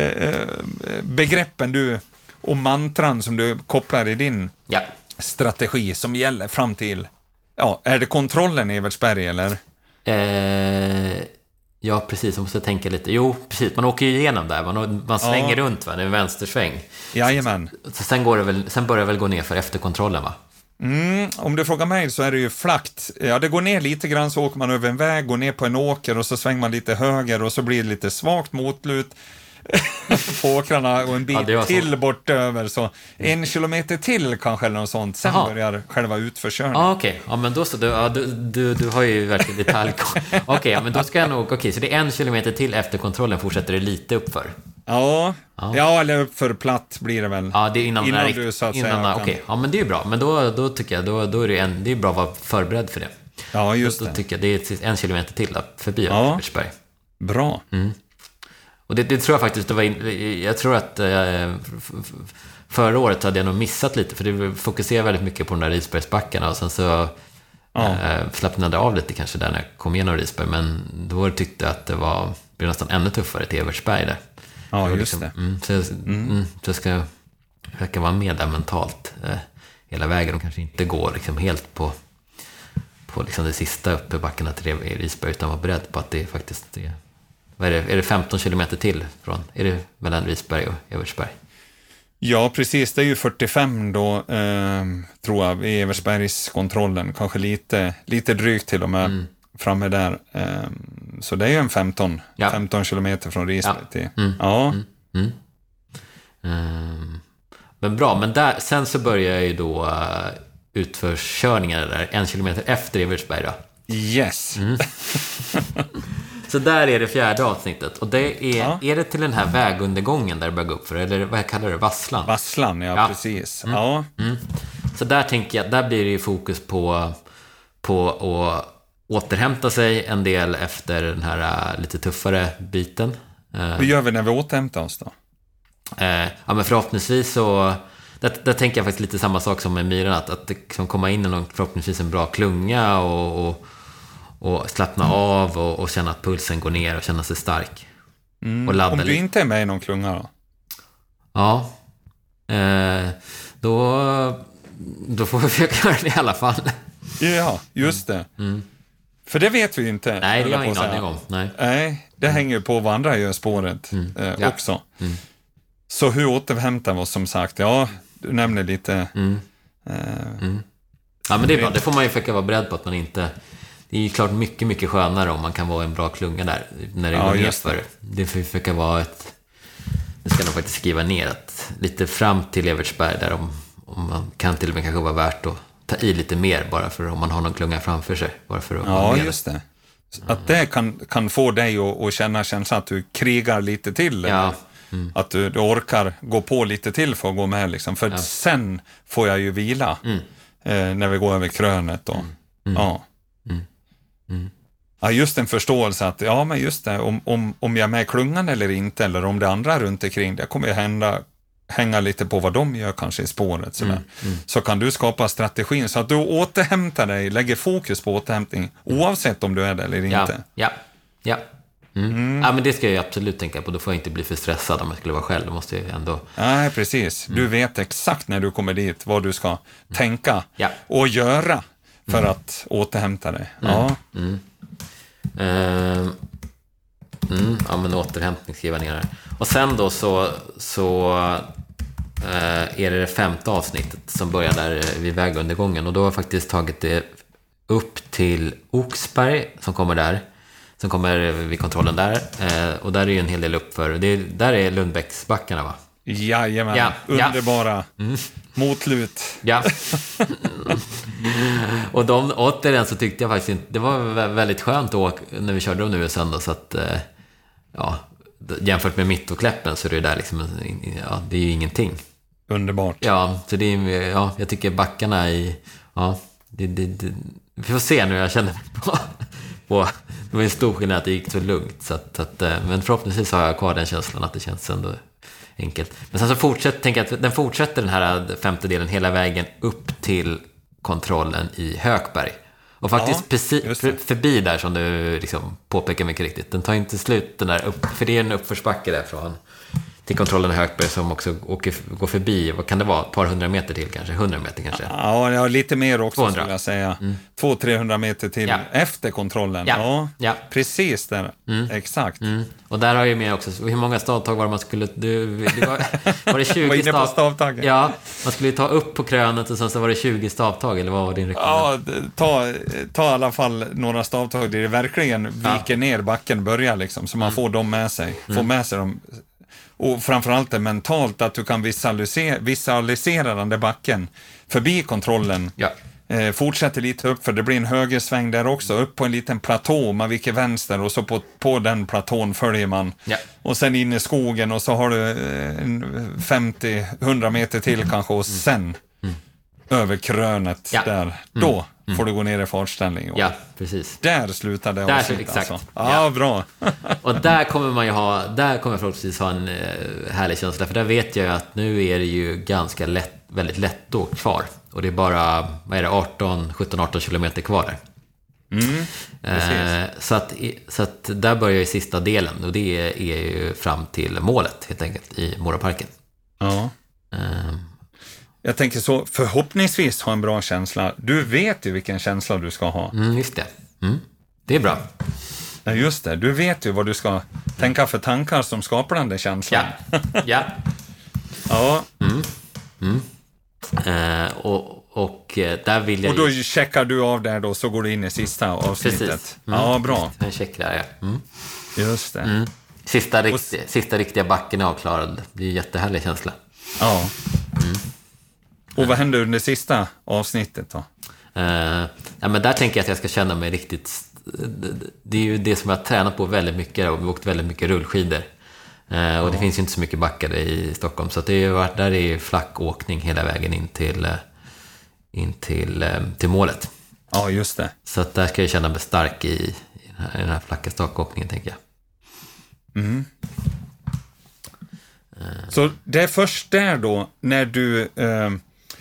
begreppen du och mantran som du kopplar i din ja. strategi som gäller fram till, ja, är det kontrollen i Evertsberg eller? Eh... Ja, precis. Man måste tänka lite. Jo, precis. Man åker ju igenom där. Man, man svänger ja. runt, va? Det är en vänstersväng. Jajamän. Så, så sen, går det väl, sen börjar det väl gå ner för efterkontrollen, va? Mm, om du frågar mig så är det ju flakt. Ja, det går ner lite grann, så åker man över en väg, går ner på en åker och så svänger man lite höger och så blir det lite svagt motlut. på åkrarna och en bit Ja, till bort över. Så en kilometer till kanske eller något sånt. Sen Jaha. börjar själva utförsörjningen. Ja, okej. Ja, men då så. Du, ja, du, du, du har ju verkligen detaljkoll. Okej, ja, men då ska jag nog... Okej, så det är en kilometer till efter kontrollen fortsätter det lite uppför. Ja, Ja. ja eller upp för platt blir det väl. Ja, det är innan, innan när, du så att innan, säga Okej, kan... ja, men det är ju bra. Men då, då tycker jag, då, då är det, en, det är bra att vara förberedd för det. Ja, just då, då det. tycker jag det är en kilometer till då, förbi Ja. Evertsberg. Bra. Mm. Och det, det tror jag faktiskt, det var in, jag tror att eh, f- f- förra året hade jag nog missat lite, för det fokuserar väldigt mycket på de där Risbergsbackarna och sen så Ja. eh, slappnade jag av lite kanske där när jag kom igenom Risberg, men då tyckte jag att det var, blev nästan ännu tuffare till Evertsberg där. Ja, Och just liksom, det. Mm, så, jag, mm. så jag ska försöka vara med där mentalt eh, hela vägen och kanske inte gå liksom helt på, på liksom det sista uppe backarna till Risberg, utan vara beredd på att det faktiskt är, vad är det, är det femton kilometer till från, är det mellan Risberg och Evertsberg? Ja, precis. Det är ju fyrtiofem då, eh, tror jag, i Evertsbergskontrollen. Kanske lite, lite drygt till och med Mm. framme där. Eh, så det är ju en femton, Ja. femton kilometer från Risberg Ja. till... Mm. Ja, Mm. Ehm, men bra, men där, sen så börjar jag ju då uh, utförskörningar där, en kilometer efter Evertsberg då. yes. Mm. Så där är det fjärde avsnittet. Och det är, Ja. är det till den här vägundergången där det börjar gå upp för? Eller vad kallar du det? Vasslan? Vasslan, ja, Ja. precis. Mm. Ja. Mm. Så där tänker jag, där blir det ju fokus på, på att återhämta sig en del efter den här uh, lite tuffare biten. Uh, Hur gör vi när vi återhämtar oss då? uh, ja, men förhoppningsvis så... Där, där tänker jag faktiskt lite samma sak som med myran, att, att det liksom komma in i någon, förhoppningsvis en bra klunga och, och, och slappna Mm. av och, och känna att pulsen går ner och känna sig stark. Mm. Och ladda Om du lite. inte är med i någon klunga då? Ja, eh, då, då får vi försöka göra det i alla fall. Ja, just det. Mm. För det vet vi ju inte. Nej, det höll har jag på ingen att säga. aning om. Nej. Nej, det hänger ju på vad andra gör spåret Mm. eh, Ja. också. Mm. Så hur återhämtar vi oss, som sagt? Ja, du nämner lite... Mm. Eh, Mm. Ja, men det är bra. Det får man ju försöka vara beredd på att man inte... Det är ju klart mycket, mycket skönare om man kan vara en bra klunga där när det Ja, går ner just det. för. Det får ju försöka vara ett... Det ska nog faktiskt skriva ner att lite fram till Evertsberg där om, om man kan till och med kanske vara värt att ta i lite mer bara för om man har någon klunga framför sig. Bara för att vara ja, med. just det. Att det kan, kan få dig att, att känna känslan att du krigar lite till. Ja. eller Mm. Att du, du orkar gå på lite till för att gå med. Liksom. För Ja. sen får jag ju vila Mm. eh, när vi går över krönet. Och, Mm. Ja. Mm. Mm. Ja, just en förståelse att, ja men just det, om, om, om jag är med i klungan eller inte, eller om det andra runt omkring, det kommer ju hända, hänga lite på vad de gör kanske i spåret. Sådär. Mm. Mm. Så kan du skapa strategin så att du återhämtar dig, lägger fokus på återhämtning, oavsett om du är det eller Ja, inte. ja, ja. Mm. Ja, men det ska jag ju absolut tänka på. Då får jag inte bli för stressad om jag skulle vara själv. Då måste jag ju ändå... Nej, precis. Du vet exakt när du kommer dit vad du ska tänka Ja. och göra för att återhämta dig. Ja. Mm. Ehm, mm, ja, men återhämtning skriver jag ner här. Och sen då så, så eh, är det det femte avsnittet som börjar där vid vägundergången. Och då har jag faktiskt tagit det upp till Oxberg som kommer där. Som kommer vid kontrollen där. Eh, och där är ju en hel del uppför. Det är, där är Lundbäcksbackarna, va? Jajamän, Ja, ja. underbara motlut. Ja. Och de, återigen så tyckte jag faktiskt inte... Det var vä- väldigt skönt att åka när vi körde dem nu i söndag. Så att, eh, ja, jämfört med Mittåkläppen så är det där liksom... Ja, det är ju ingenting. Underbart. Ja, så det är... Ja, jag tycker backarna i... Ja, det, det, det, vi får se nu, jag känner på... på det var en stor skillnad att det gick så lugnt. Så att, att, eh, men förhoppningsvis har jag kvar den känslan att det känns ändå enkelt. Men sen så fortsätter, tänker jag att den fortsätter den här femte delen hela vägen upp till kontrollen i Hökberg. Och faktiskt Ja, precis just det. för, förbi där som du liksom påpekar mycket riktigt. Den tar inte slut den där upp, för det är en uppförsbacke därifrån till kontrollen i Hökberg som också åker, går förbi, vad kan det vara, ett par hundra meter till kanske, hundra meter kanske. Ja, ja, lite mer också tvåhundra. skulle jag säga. två till trehundra meter till Ja. efter kontrollen. Ja, Ja, ja. precis där. Exakt. Mm. Och där har ju med också, hur många stavtag var det man skulle... Du, det var, var det tjugo Var inne på stav, stavtagen. Ja, man skulle ju ta upp på krönet och sen så var det tjugo stavtag, eller vad var din rekommendation? Ja, d- ta, ta i alla fall några stavtag där det verkligen viker ner backen, börjar liksom, så man får dem med sig. Får med sig dem och framförallt är mentalt att du kan visualisera, visualisera den där backen förbi kontrollen. Ja. Eh, fortsätter lite upp för det blir en högersväng där också, upp på en liten platå, man viker vänster och så på, på den platån följer man. Ja. Och sen in i skogen och så har du eh, femtio till hundra meter till kanske och sen mm. över krönet ja. där. Mm. Då mm. får du gå ner i fartställning. Ja, precis. Där slutar det där, avsnitt, exakt. Alltså. Ja, ja, bra. Och där kommer man ju ha, där kommer jag förhoppningsvis ha en eh, härlig känsla, för där vet jag att nu är det ju ganska lätt, väldigt lätt då kvar. Och det är bara, vad är det, arton, sjutton arton kilometer kvar där. Mm, eh, så, att, så att där börjar ju sista delen, och det är, är ju fram till målet helt enkelt i Moraparken. Ja. Eh. Jag tänker så, förhoppningsvis ha en bra känsla. Du vet ju vilken känsla du ska ha. Mm, just det. Mm. Det är bra. Ja, just det. Du vet ju vad du ska tänka för tankar som skapar den där känslan. Ja. Ja. Ja. Mm. Mm. Eh, och, och där vill jag... Och då checkar du av där då, så går du in i sista avsnittet. Precis. Mm. Ja, bra. En check där, ja. Mm. Just det. Mm. Sista, rikt, och... sista riktiga backen är avklarad. Det är en jättehärlig känsla. Ja. Mm. Och vad händer under sista avsnittet då? Uh, ja, men där tänker jag att jag ska känna mig riktigt... Det är ju det som jag har tränat på väldigt mycket, och vi har åkt väldigt mycket rullskidor. Uh, och det ja. finns ju inte så mycket backar i Stockholm, så att det är ju varit, där är ju flackåkning hela vägen in till, in till, till målet. Ja, just det. Så att där ska jag känna mig stark i, i den här, i den här flacka stakåkningen, tänker jag. Mm. Uh. Så det är först där då, när du... Uh...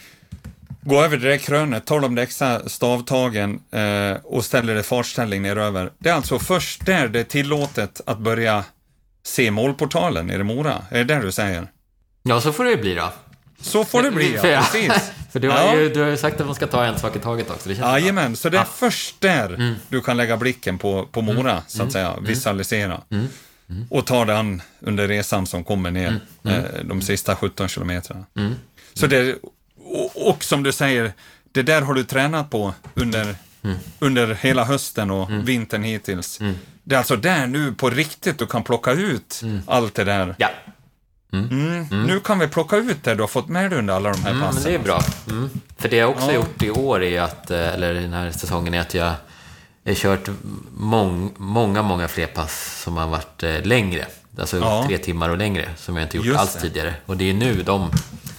Gå över det där krönet, tar de extra stavtagen eh, och ställer det fartställning neröver. Det är alltså först där det är tillåtet att börja se målportalen i Mora. Är det där du säger? Ja, så får det ju bli då. Så får det bli, ja. För, Precis. För du har, ja. ju, du har ju sagt att man ska ta en sak i taget också. Jajamän, så det är ja. först där mm. du kan lägga blicken på, på Mora, mm. så att säga. Mm. Visualisera. Mm. Mm. Och ta den under resan som kommer ner mm. Mm. Eh, de sista sjutton kilometerna. Mm. Så det Och, och som du säger, det där har du tränat på under, mm. under hela hösten och mm. vintern hittills. Mm. Det är alltså där nu på riktigt du kan plocka ut mm. allt det där. Ja. Mm. Mm. Mm. Nu kan vi plocka ut det du har fått med dig under alla de här mm, passen. Men det är bra. Mm. För det jag också ja. gjort i år är att, eller den här säsongen, är att jag har kört mång, många, många fler pass som har varit eh, längre. Alltså ja. tre timmar och längre, som jag inte gjort Just alls det. tidigare. Och det är nu de...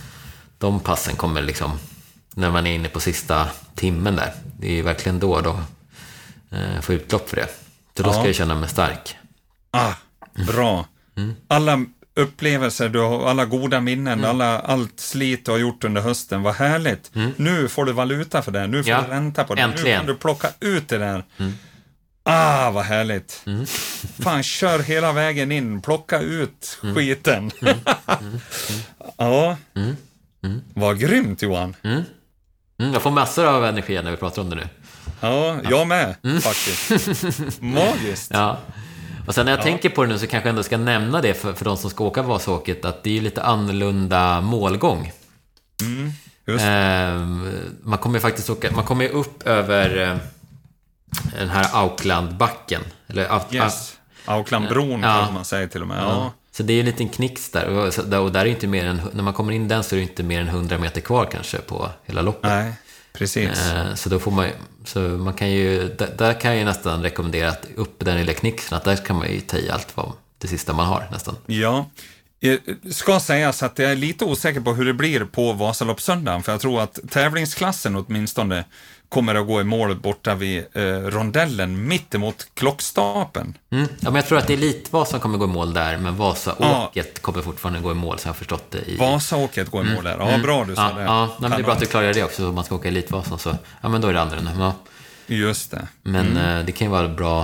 De passen kommer liksom när man är inne på sista timmen där. Det är verkligen då då eh, får utlopp för det. Så då ja. ska jag känna mig stark. Ah, bra. Mm. Alla upplevelser du har, alla goda minnen, mm. alla, allt slit du har gjort under hösten, vad härligt. Mm. Nu får du valuta för det, nu får ja. du ränta på det. Äntligen. Nu kan du plocka ut det där. Mm. Ah, vad härligt. Mm. Fan, kör hela vägen in, plocka ut mm. skiten. Mm. Mm. Mm. ja. Mm. Mm. Vad grymt, Johan. Mm. Mm, jag får massor av energi när vi pratar om det nu. Ja, jag med, mm. faktiskt. Magiskt. Ja. Och sen när jag ja. tänker på det nu så kanske jag ändå ska nämna det för, för de som ska åka Vasåket, att det är lite annorlunda målgång. Mm, just eh, man kommer faktiskt åka, man kommer upp över eh, den här Auklandbacken. Eller, a, yes. Auklandbron ja. kan man säga till och med. Ja. Ja. Så det är en liten knix där. Och där är inte mer än, när man kommer in den så är det inte mer än hundra meter kvar kanske på hela loppet. Nej, precis. Så då får man, så man kan ju, där, där kan jag ju nästan rekommendera att upp den lilla knixen, att där kan man ju ta i allt vad det sista man har nästan. Ja, ska sägas att jag är lite osäker på hur det blir på Vasaloppssöndagen, för jag tror att tävlingsklassen åtminstone kommer att gå i mål borta vid eh, rondellen mitt emot klockstapeln. Mm. Ja, men jag tror att det är Elitvas som kommer gå i mål där, men Vasaåket ja. kommer fortfarande gå i mål, så jag har förstått det. I... Vasaåket går i mål där, ja mm. bra du sa ja, det. Ja, nej, men det är bra att du klarar det också, så man ska åka Elitvasan, så ja, men då är det andra nu. Ja. Just det. Men mm. eh, det kan ju vara bra,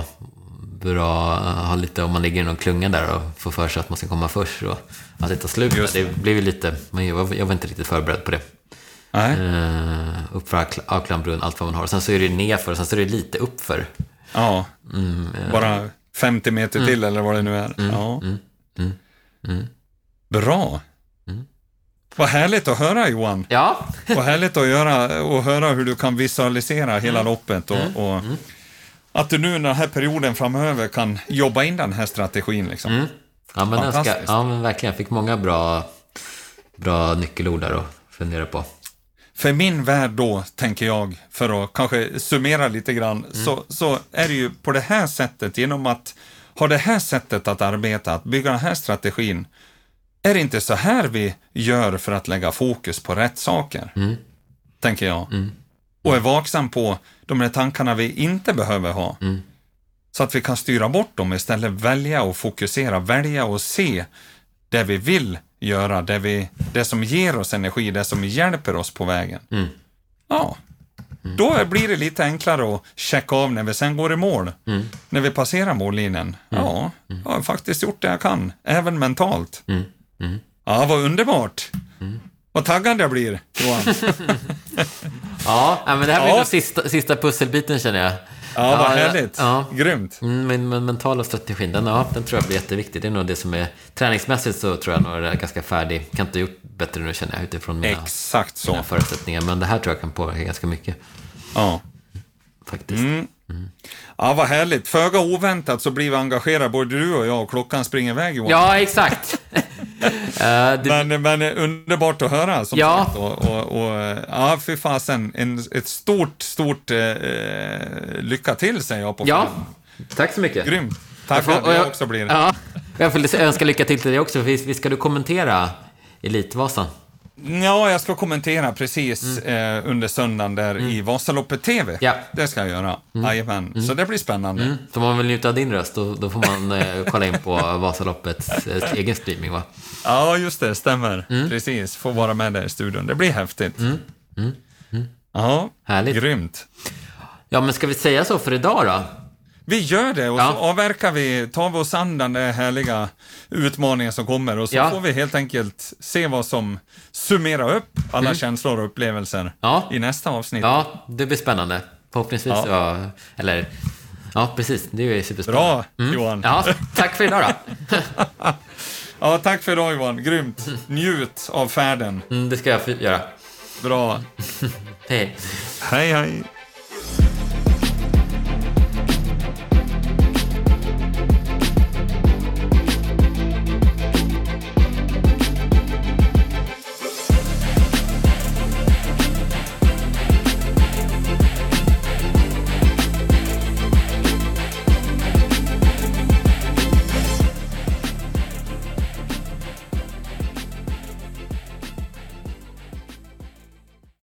bra att ha lite, om man ligger i någon klunga där och får för sig att man ska komma först och att det tar slut. Det. det blir ju lite, men jag var, jag var inte riktigt förberedd på det. Nej. Uh, upp för Auklandbrunn, allt vad man har. Sen så är det nerför och sen så är det lite uppför. Ja, mm, uh, bara femtio meter mm. till eller vad det nu är. Mm, ja. mm, mm, mm. Bra. Mm. Vad härligt att höra, Johan. Ja. Vad härligt att göra och höra hur du kan visualisera hela mm. loppet och, mm. och mm. att du nu den här perioden framöver kan jobba in den här strategin liksom. Mm. Ja, men, den ska, ja, men verkligen. Jag fick många bra, bra nyckelord där att fundera på. För min värld då, tänker jag, för att kanske summera lite grann, mm. så, så är det ju på det här sättet, genom att ha det här sättet att arbeta, att bygga den här strategin, är det inte så här vi gör för att lägga fokus på rätt saker, mm. tänker jag. Mm. Och är vaksam på de här tankarna vi inte behöver ha. Mm. Så att vi kan styra bort dem, istället välja och fokusera, välja och se det vi vill göra, det, vi, det som ger oss energi, det som hjälper oss på vägen. Mm. Ja, mm. då blir det lite enklare att checka av när vi sen går i mål. Mm. När vi passerar mållinjen. Mm. Ja, jag har faktiskt gjort det jag kan, även mentalt. Mm. Mm. Ja, vad underbart. Mm. Vad taggad jag blir, Johan. Ja, men det här blir ja. nog sista, sista pusselbiten, känner jag. Ja, ja, vad härligt. Ja. Grymt. Mm, men, men mentala strategin, den, ja, den tror jag blir jätteviktig. Det är nog det som är träningsmässigt, så tror jag nog är ganska färdig. Kan inte ha gjort bättre nu, känner jag, utifrån mina, Exakt så. mina förutsättningar. Men det här tror jag kan påverka ganska mycket. Ja. Faktiskt. Mm. Mm. Ja, vad härligt. Föga oväntat så blir vi engagerade, både du och jag, och klockan springer iväg, Johan. Ja, exakt. uh, det... men, men underbart att höra, som ja. sagt. Och, och, och, ja, för fasen, en, ett stort, stort eh, lycka till, säger jag på ja. Fan. Tack så mycket. Grymt. Tack för att jag också blir. Ja. Jag får önska lycka till till dig också. Visst ska du kommentera Elitvasan? Ja, jag ska kommentera precis mm. eh, under söndagen där mm. i Vasaloppet T V. Ja. Det ska jag göra. Mm. Jajamän. Mm. Så det blir spännande. Mm. Så man vill njuta av din röst, då, då får man eh, kolla in på Vasaloppets eh, egen streaming, va? Ja, just det. Stämmer. Mm. Precis. Få vara med där i studion. Det blir häftigt. Mm. Mm. Mm. Ja, härligt. Grymt. Ja, men ska vi säga så för idag då? Vi gör det, och ja. så avverkar vi, tar vi oss an den där härliga utmaningen som kommer, och så ja. får vi helt enkelt se vad som summerar upp alla mm. känslor och upplevelser ja. i nästa avsnitt. Ja, det blir spännande. Förhoppningsvis, ja. Ja, eller, ja precis, det är superspännande. Bra, mm. Johan. Ja, tack för idag då. Ja, tack för idag, Johan. Grymt. Njut av färden. Mm, det ska jag göra. Bra. Hej. Hej, hej.